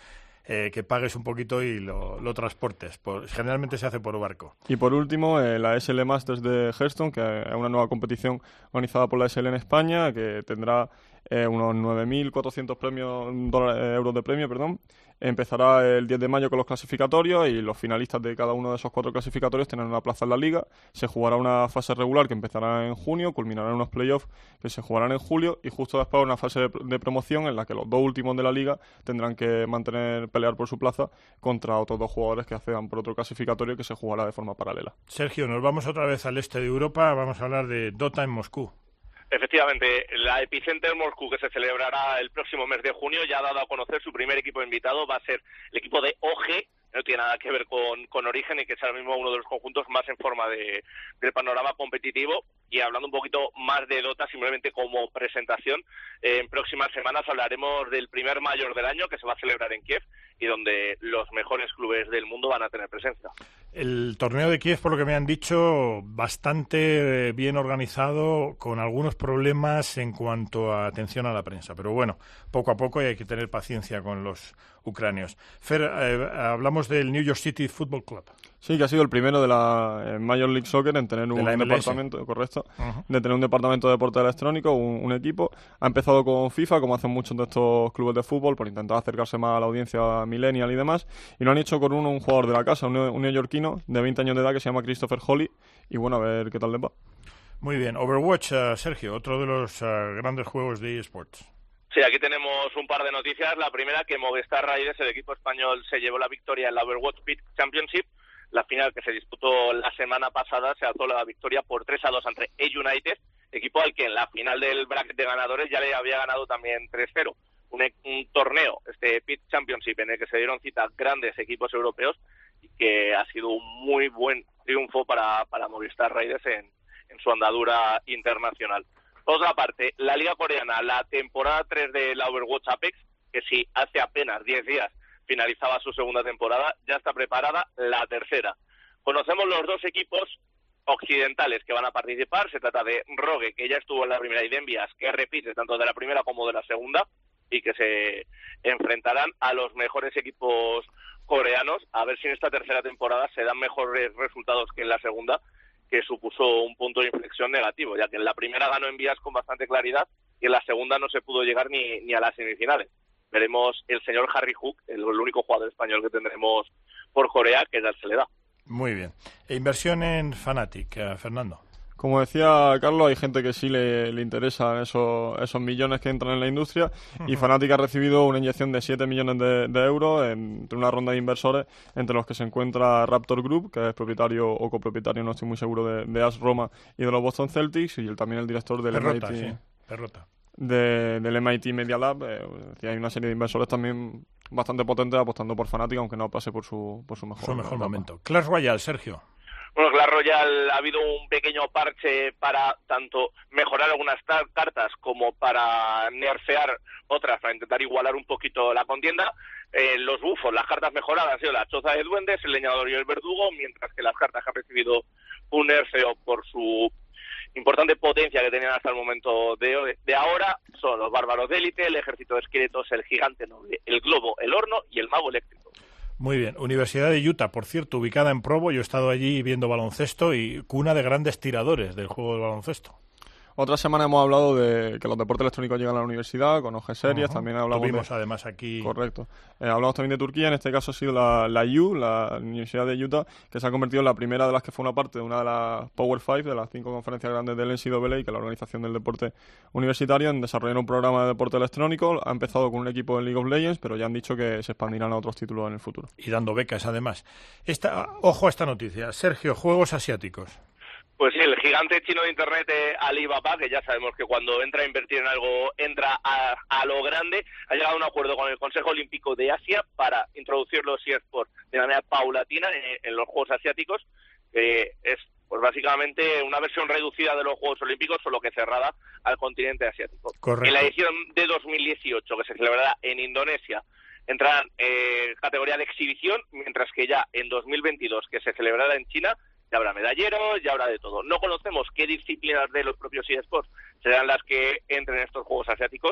eh, que pagues un poquito y lo, lo transportes. Por, generalmente se hace por barco. Y por último, eh, la S L Masters de Hearthstone, que es una nueva competición organizada por la S L en España, que tendrá eh, unos nueve mil cuatrocientos premios, dólares, euros de premio, perdón. Empezará el diez de mayo con los clasificatorios y los finalistas de cada uno de esos cuatro clasificatorios tendrán una plaza en la liga. Se jugará una fase regular que empezará en junio, culminará en unos playoffs que se jugarán en julio y justo después una fase de, de promoción en la que los dos últimos de la liga tendrán que mantener, pelear por su plaza contra otros dos jugadores que accedan por otro clasificatorio que se jugará de forma paralela. Sergio, nos vamos otra vez al este de Europa, vamos a hablar de Dota en Moscú. Efectivamente, la Epicenter Moscú, que se celebrará el próximo mes de junio, ya ha dado a conocer su primer equipo invitado, va a ser el equipo de O G, no tiene nada que ver con, con Origen y que es ahora mismo uno de los conjuntos más en forma de, del panorama competitivo. Y hablando un poquito más de Dota, simplemente como presentación, eh, en próximas semanas hablaremos del primer Major del año que se va a celebrar en Kiev y donde los mejores clubes del mundo van a tener presencia. El torneo de Kiev, por lo que me han dicho, bastante bien organizado, con algunos problemas en cuanto a atención a la prensa. Pero bueno, poco a poco y hay que tener paciencia con los ucranios. Fer, eh, hablamos del New York City Football Club. Sí, que ha sido el primero de la eh, Major League Soccer en tener un departamento, correcto, uh-huh. de tener un departamento de deporte electrónico, un, un equipo. Ha empezado con FIFA, como hacen muchos de estos clubes de fútbol, por intentar acercarse más a la audiencia millennial y demás. Y lo han hecho con uno, un jugador de la casa, un, un neoyorquino de veinte años de edad que se llama Christopher Holly. Y bueno, a ver qué tal les va. Muy bien. Overwatch, uh, Sergio, otro de los uh, grandes juegos de eSports. Sí, aquí tenemos un par de noticias. La primera, que Movistar Raiders, el equipo español, se llevó la victoria en la Overwatch Peak Championship. La final que se disputó la semana pasada se alzó la victoria por tres a dos ante A-United, equipo al que en la final del bracket de ganadores ya le había ganado también tres cero. Un, un torneo, este Peak Championship, en el que se dieron cita grandes equipos europeos y que ha sido un muy buen triunfo para, para Movistar Raiders en, en su andadura internacional. Por otra parte, la Liga Coreana, la temporada tres de la Overwatch Apex, que sí, hace apenas diez días finalizaba su segunda temporada, ya está preparada la tercera. Conocemos los dos equipos occidentales que van a participar. Se trata de Rogue, que ya estuvo en la primera, y de Envias, que repite tanto de la primera como de la segunda, y que se enfrentarán a los mejores equipos coreanos, a ver si en esta tercera temporada se dan mejores resultados que en la segunda, que supuso un punto de inflexión negativo, ya que en la primera ganó Envias con bastante claridad y en la segunda no se pudo llegar ni, ni a las semifinales. Veremos el señor Harry Hook, el, el único jugador español que tendremos por Corea, que ya se le da. Muy bien. E inversión en Fnatic, uh, Fernando. Como decía Carlos, hay gente que sí le, le interesan esos, esos millones que entran en la industria y Fnatic ha recibido una inyección de siete millones de, de euros entre una ronda de inversores entre los que se encuentra Raptor Group, que es propietario o copropietario, no estoy muy seguro, de, de AS Roma y de los Boston Celtics, y el, también el director del Perrota, M I T. Sí, Perrota. De, del M I T Media Lab. Eh, hay una serie de inversores también bastante potentes apostando por Fnatic, aunque no pase por su, por su mejor, su mejor momento. Clash Royale, Sergio. Bueno, Clash Royale ha habido un pequeño parche para tanto mejorar algunas cartas como para nerfear otras, para intentar igualar un poquito la contienda. Eh, los bufos, las cartas mejoradas han sido la choza de duendes, el leñador y el verdugo, mientras que las cartas que han recibido un nerfeo por su importante potencia que tenían hasta el momento de, de ahora son los bárbaros de élite, el ejército de esqueletos, el gigante noble, el globo, el horno y el mago eléctrico. Muy bien. Universidad de Utah, por cierto, ubicada en Provo. Yo he estado allí viendo baloncesto y cuna de grandes tiradores del juego de baloncesto. Otra semana hemos hablado de que los deportes electrónicos llegan a la universidad, con O G Series, uh-huh. También hablamos Tuvimos de... además aquí... Correcto. Eh, hablamos también de Turquía, en este caso ha sido la, la U, la Universidad de Utah, que se ha convertido en la primera de las que fue una parte de una de las Power Five, de las cinco conferencias grandes del N C A A, que es la organización del deporte universitario, en desarrollar un programa de deporte electrónico. Ha empezado con un equipo en League of Legends, pero ya han dicho que se expandirán a otros títulos en el futuro. Y dando becas, además. Esta, ojo a esta noticia. Sergio, Juegos Asiáticos. Pues sí, el gigante chino de Internet, eh, Alibaba, que ya sabemos que cuando entra a invertir en algo, entra a, a lo grande, ha llegado a un acuerdo con el Consejo Olímpico de Asia para introducir los eSports de manera paulatina en, en los Juegos Asiáticos, que eh, es pues básicamente una versión reducida de los Juegos Olímpicos, solo que cerrada al continente asiático. Correcto. En la edición de dos mil dieciocho, que se celebrará en Indonesia, entrarán en eh, categoría de exhibición, mientras que ya en dos mil veintidós, que se celebrará en China, ya habrá medalleros, ya habrá de todo. No conocemos qué disciplinas de los propios eSports serán las que entren en estos Juegos Asiáticos,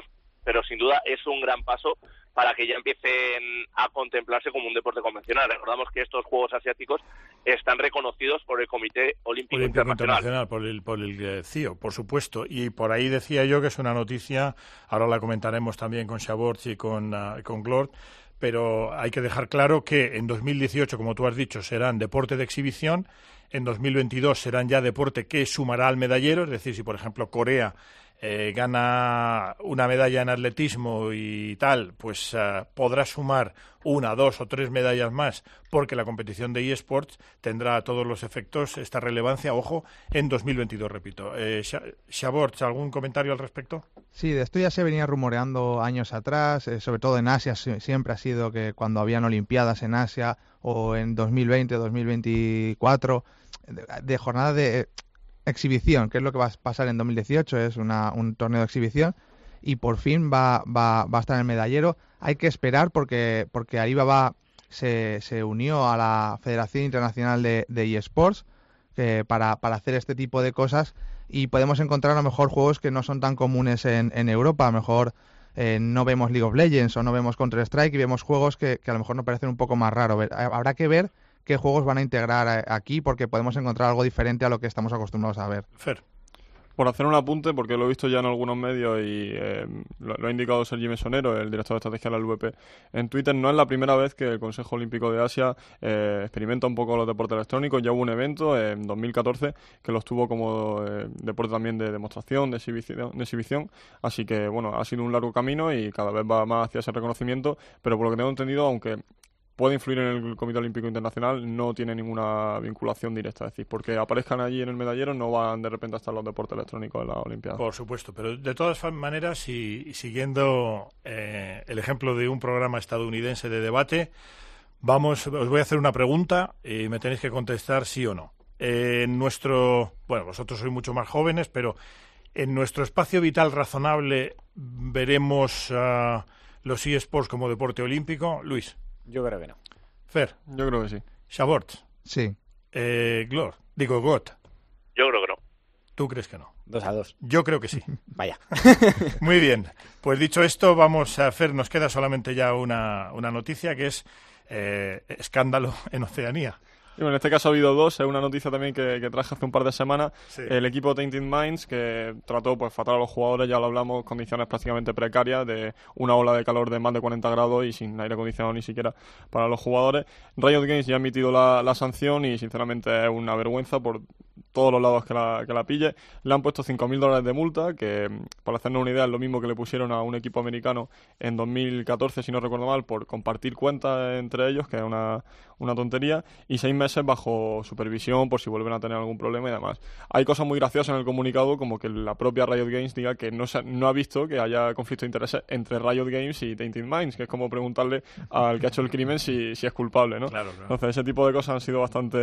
pero sin duda es un gran paso para que ya empiecen a contemplarse como un deporte convencional. Recordamos que estos Juegos Asiáticos están reconocidos por el Comité Olímpico, Olímpico Internacional. Internacional, por el, por el eh, C I O, por supuesto. Y por ahí decía yo que es una noticia, ahora la comentaremos también con Chaborch y con, uh, con Glord, pero hay que dejar claro que en dos mil dieciocho, como tú has dicho, serán deporte de exhibición, en dos mil veintidós serán ya deporte que sumará al medallero, es decir, si por ejemplo Corea eh, gana una medalla en atletismo y tal, pues uh, podrá sumar una, dos o tres medallas más, porque la competición de eSports tendrá todos los efectos, esta relevancia, ojo, en dos mil veintidós, repito. Eh, Chaborch, ¿algún comentario al respecto? Sí, de esto ya se venía rumoreando años atrás, eh, sobre todo en Asia siempre ha sido que cuando habían Olimpiadas en Asia o en dos mil veinte o dos mil veinticuatro, de, de jornada de exhibición, que es lo que va a pasar en dos mil dieciocho, es una, un torneo de exhibición y por fin va, va, va a estar en el medallero. Hay que esperar porque, porque Alibaba se, se unió a la Federación Internacional de, de eSports eh, para, para hacer este tipo de cosas y podemos encontrar a lo mejor juegos que no son tan comunes en, en Europa. A lo mejor eh, no vemos League of Legends o no vemos Counter-Strike y vemos juegos que, que a lo mejor nos parecen un poco más raros. Habrá que ver qué juegos van a integrar aquí porque podemos encontrar algo diferente a lo que estamos acostumbrados a ver. Fer. Por hacer un apunte, porque lo he visto ya en algunos medios y eh, lo, lo ha indicado Sergi Mesonero, el director de estrategia de la L V P, en Twitter, no es la primera vez que el Consejo Olímpico de Asia eh, experimenta un poco los deportes electrónicos. Ya hubo un evento en dos mil catorce que los tuvo como eh, deporte también de demostración, de exhibición, de exhibición, así que bueno, ha sido un largo camino y cada vez va más hacia ese reconocimiento, pero por lo que tengo entendido, aunque puede influir en el Comité Olímpico Internacional, no tiene ninguna vinculación directa. Es decir, porque aparezcan allí en el medallero no van de repente a estar los deportes electrónicos en la Olimpiada. Por supuesto, pero de todas maneras, y, y siguiendo eh, el ejemplo de un programa estadounidense de debate, vamos, os voy a hacer una pregunta y me tenéis que contestar sí o no. Eh, en nuestro, bueno, vosotros sois mucho más jóvenes, pero en nuestro espacio vital razonable veremos uh, los eSports como deporte olímpico. Luis. Yo creo que no. Fer. Yo creo que sí. Chaborch. Sí. Eh, Glor. Digo, Got. Yo creo que no. ¿Tú crees que no? Dos a dos. Yo creo que sí. Vaya. Muy bien. Pues dicho esto, vamos a Fer, nos queda solamente ya una, una noticia que es eh, escándalo en Oceanía. Y bueno, en este caso ha habido dos. Es una noticia también que, que traje hace un par de semanas. Sí. El equipo Tainted Minds, que trató pues fatal a los jugadores, ya lo hablamos, condiciones prácticamente precarias, de una ola de calor de más de cuarenta grados y sin aire acondicionado ni siquiera para los jugadores. Riot Games ya ha emitido la, la sanción y sinceramente es una vergüenza por todos los lados que la, que la pille. Le han puesto cinco mil dólares de multa, que para hacernos una idea es lo mismo que le pusieron a un equipo americano en dos mil catorce, si no recuerdo mal, por compartir cuentas entre ellos, que es una, una tontería, y seis meses bajo supervisión por si vuelven a tener algún problema y demás. Hay cosas muy graciosas en el comunicado, como que la propia Riot Games diga que no, se, no ha visto que haya conflicto de intereses entre Riot Games y Tainted Minds, que es como preguntarle al que ha hecho el crimen si, si es culpable, ¿no? Claro, claro. Entonces ese tipo de cosas han sido bastante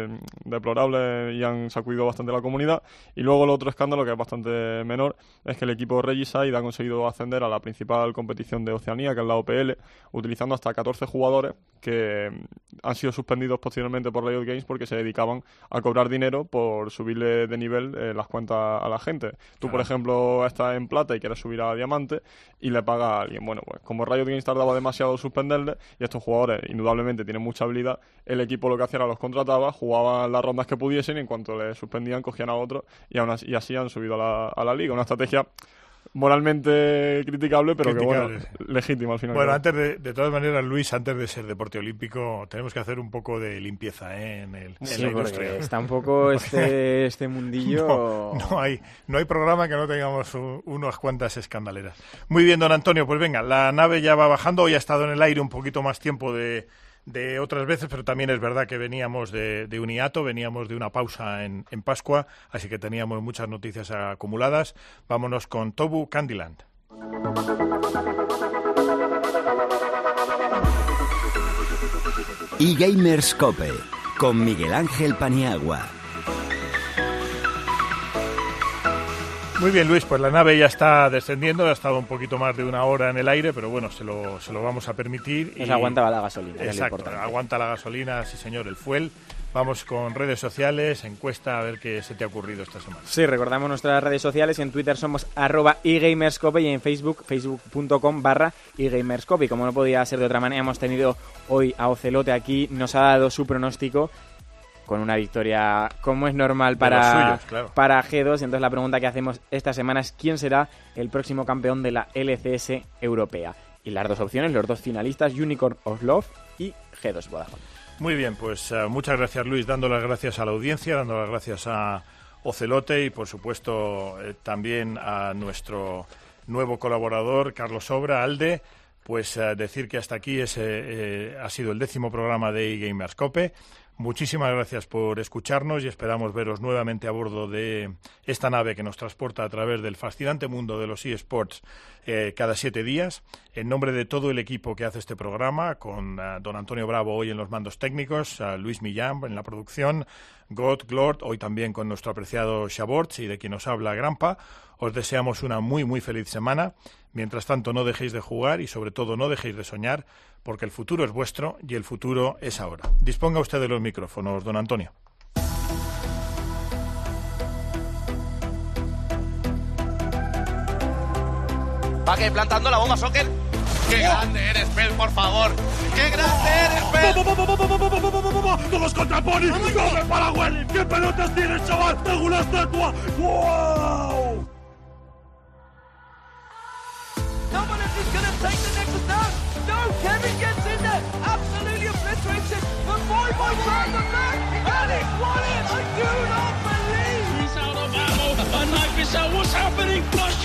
deplorables y han sacudido bastante la comunidad. Y luego el otro escándalo, que es bastante menor, es que el equipo Regicide ha conseguido ascender a la principal competición de Oceanía, que es la O P L, utilizando hasta catorce jugadores que han sido suspendidos posteriormente por Riot Games porque se dedicaban a cobrar dinero por subirle de nivel eh, las cuentas a la gente. Tú, por ejemplo, estás en plata y quieres subir a diamante y le pagas a alguien. Bueno, pues como Riot Games tardaba demasiado en suspenderle y estos jugadores indudablemente tienen mucha habilidad, el equipo lo que hacía era los contrataba, jugaban las rondas que pudiesen y en cuanto les suspendían cogían a otro y, aún así, y así han subido a la, a la liga. Una estrategia moralmente criticable, pero criticable. Que bueno, legítima al final. Bueno, antes de, de todas maneras, Luis, antes de ser deporte olímpico, tenemos que hacer un poco de limpieza ¿eh? en el sí, en la industria. Está un poco este, este mundillo. No, no hay, no hay programa que no tengamos un, unas cuantas escandaleras. Muy bien, don Antonio, pues venga, la nave ya va bajando, hoy ha estado en el aire un poquito más tiempo de de otras veces, pero también es verdad que veníamos de, de un hiato, veníamos de una pausa en, en Pascua, así que teníamos muchas noticias acumuladas. Vámonos con Tobu Candyland. eGamerscope con Miguel Ángel Paniagua. Muy bien, Luis, pues la nave ya está descendiendo, ha estado un poquito más de una hora en el aire, pero bueno, se lo, se lo vamos a permitir. Nos y... aguantaba la gasolina. Exacto, aguanta la gasolina, sí señor, el fuel. Vamos con redes sociales, encuesta, a ver qué se te ha ocurrido esta semana. Sí, recordamos nuestras redes sociales, en Twitter somos arroba eGamerscope y en Facebook, facebook.com barra eGamerscope. Y como no podía ser de otra manera, hemos tenido hoy a Ocelote aquí, nos ha dado su pronóstico con una victoria como es normal para, suyos, claro. para G dos. Entonces la pregunta que hacemos esta semana es ¿quién será el próximo campeón de la L C S europea? Y las dos opciones, los dos finalistas, Unicorn of Love y G dos Vodafone. Muy bien, pues uh, muchas gracias, Luis, dando las gracias a la audiencia, dando las gracias a Ocelote y por supuesto eh, también a nuestro nuevo colaborador, Carlos Sobra, Alde. Pues uh, decir que hasta aquí ese, eh, ha sido el décimo programa de eGamerscope. Muchísimas gracias por escucharnos y esperamos veros nuevamente a bordo de esta nave que nos transporta a través del fascinante mundo de los eSports eh, cada siete días. En nombre de todo el equipo que hace este programa, con uh, don Antonio Bravo hoy en los mandos técnicos, uh, Luis Millán en la producción, God, Glord, hoy también con nuestro apreciado Shaborts y de quien nos habla Grampa, os deseamos una muy muy feliz semana. Mientras tanto, no dejéis de jugar y sobre todo no dejéis de soñar, porque el futuro es vuestro y el futuro es ahora. Disponga usted de los micrófonos, don Antonio. Va que plantando la bomba, Soccer. ¡Qué grande eres, Pel, por favor! ¡Qué grande eres, Pel! ¡Todos contra Pony! ¡Come para Welly! ¡Qué pelotas tienes, chaval! ¡Tengo una estatua! ¡Wow! Someone is going to take the Nexus down. No, Kevin gets in there. Absolutely obliterates it. But boy, boy, grab the back. And it won it. I do not believe. He's out of ammo. And like I said, what's happening? Flush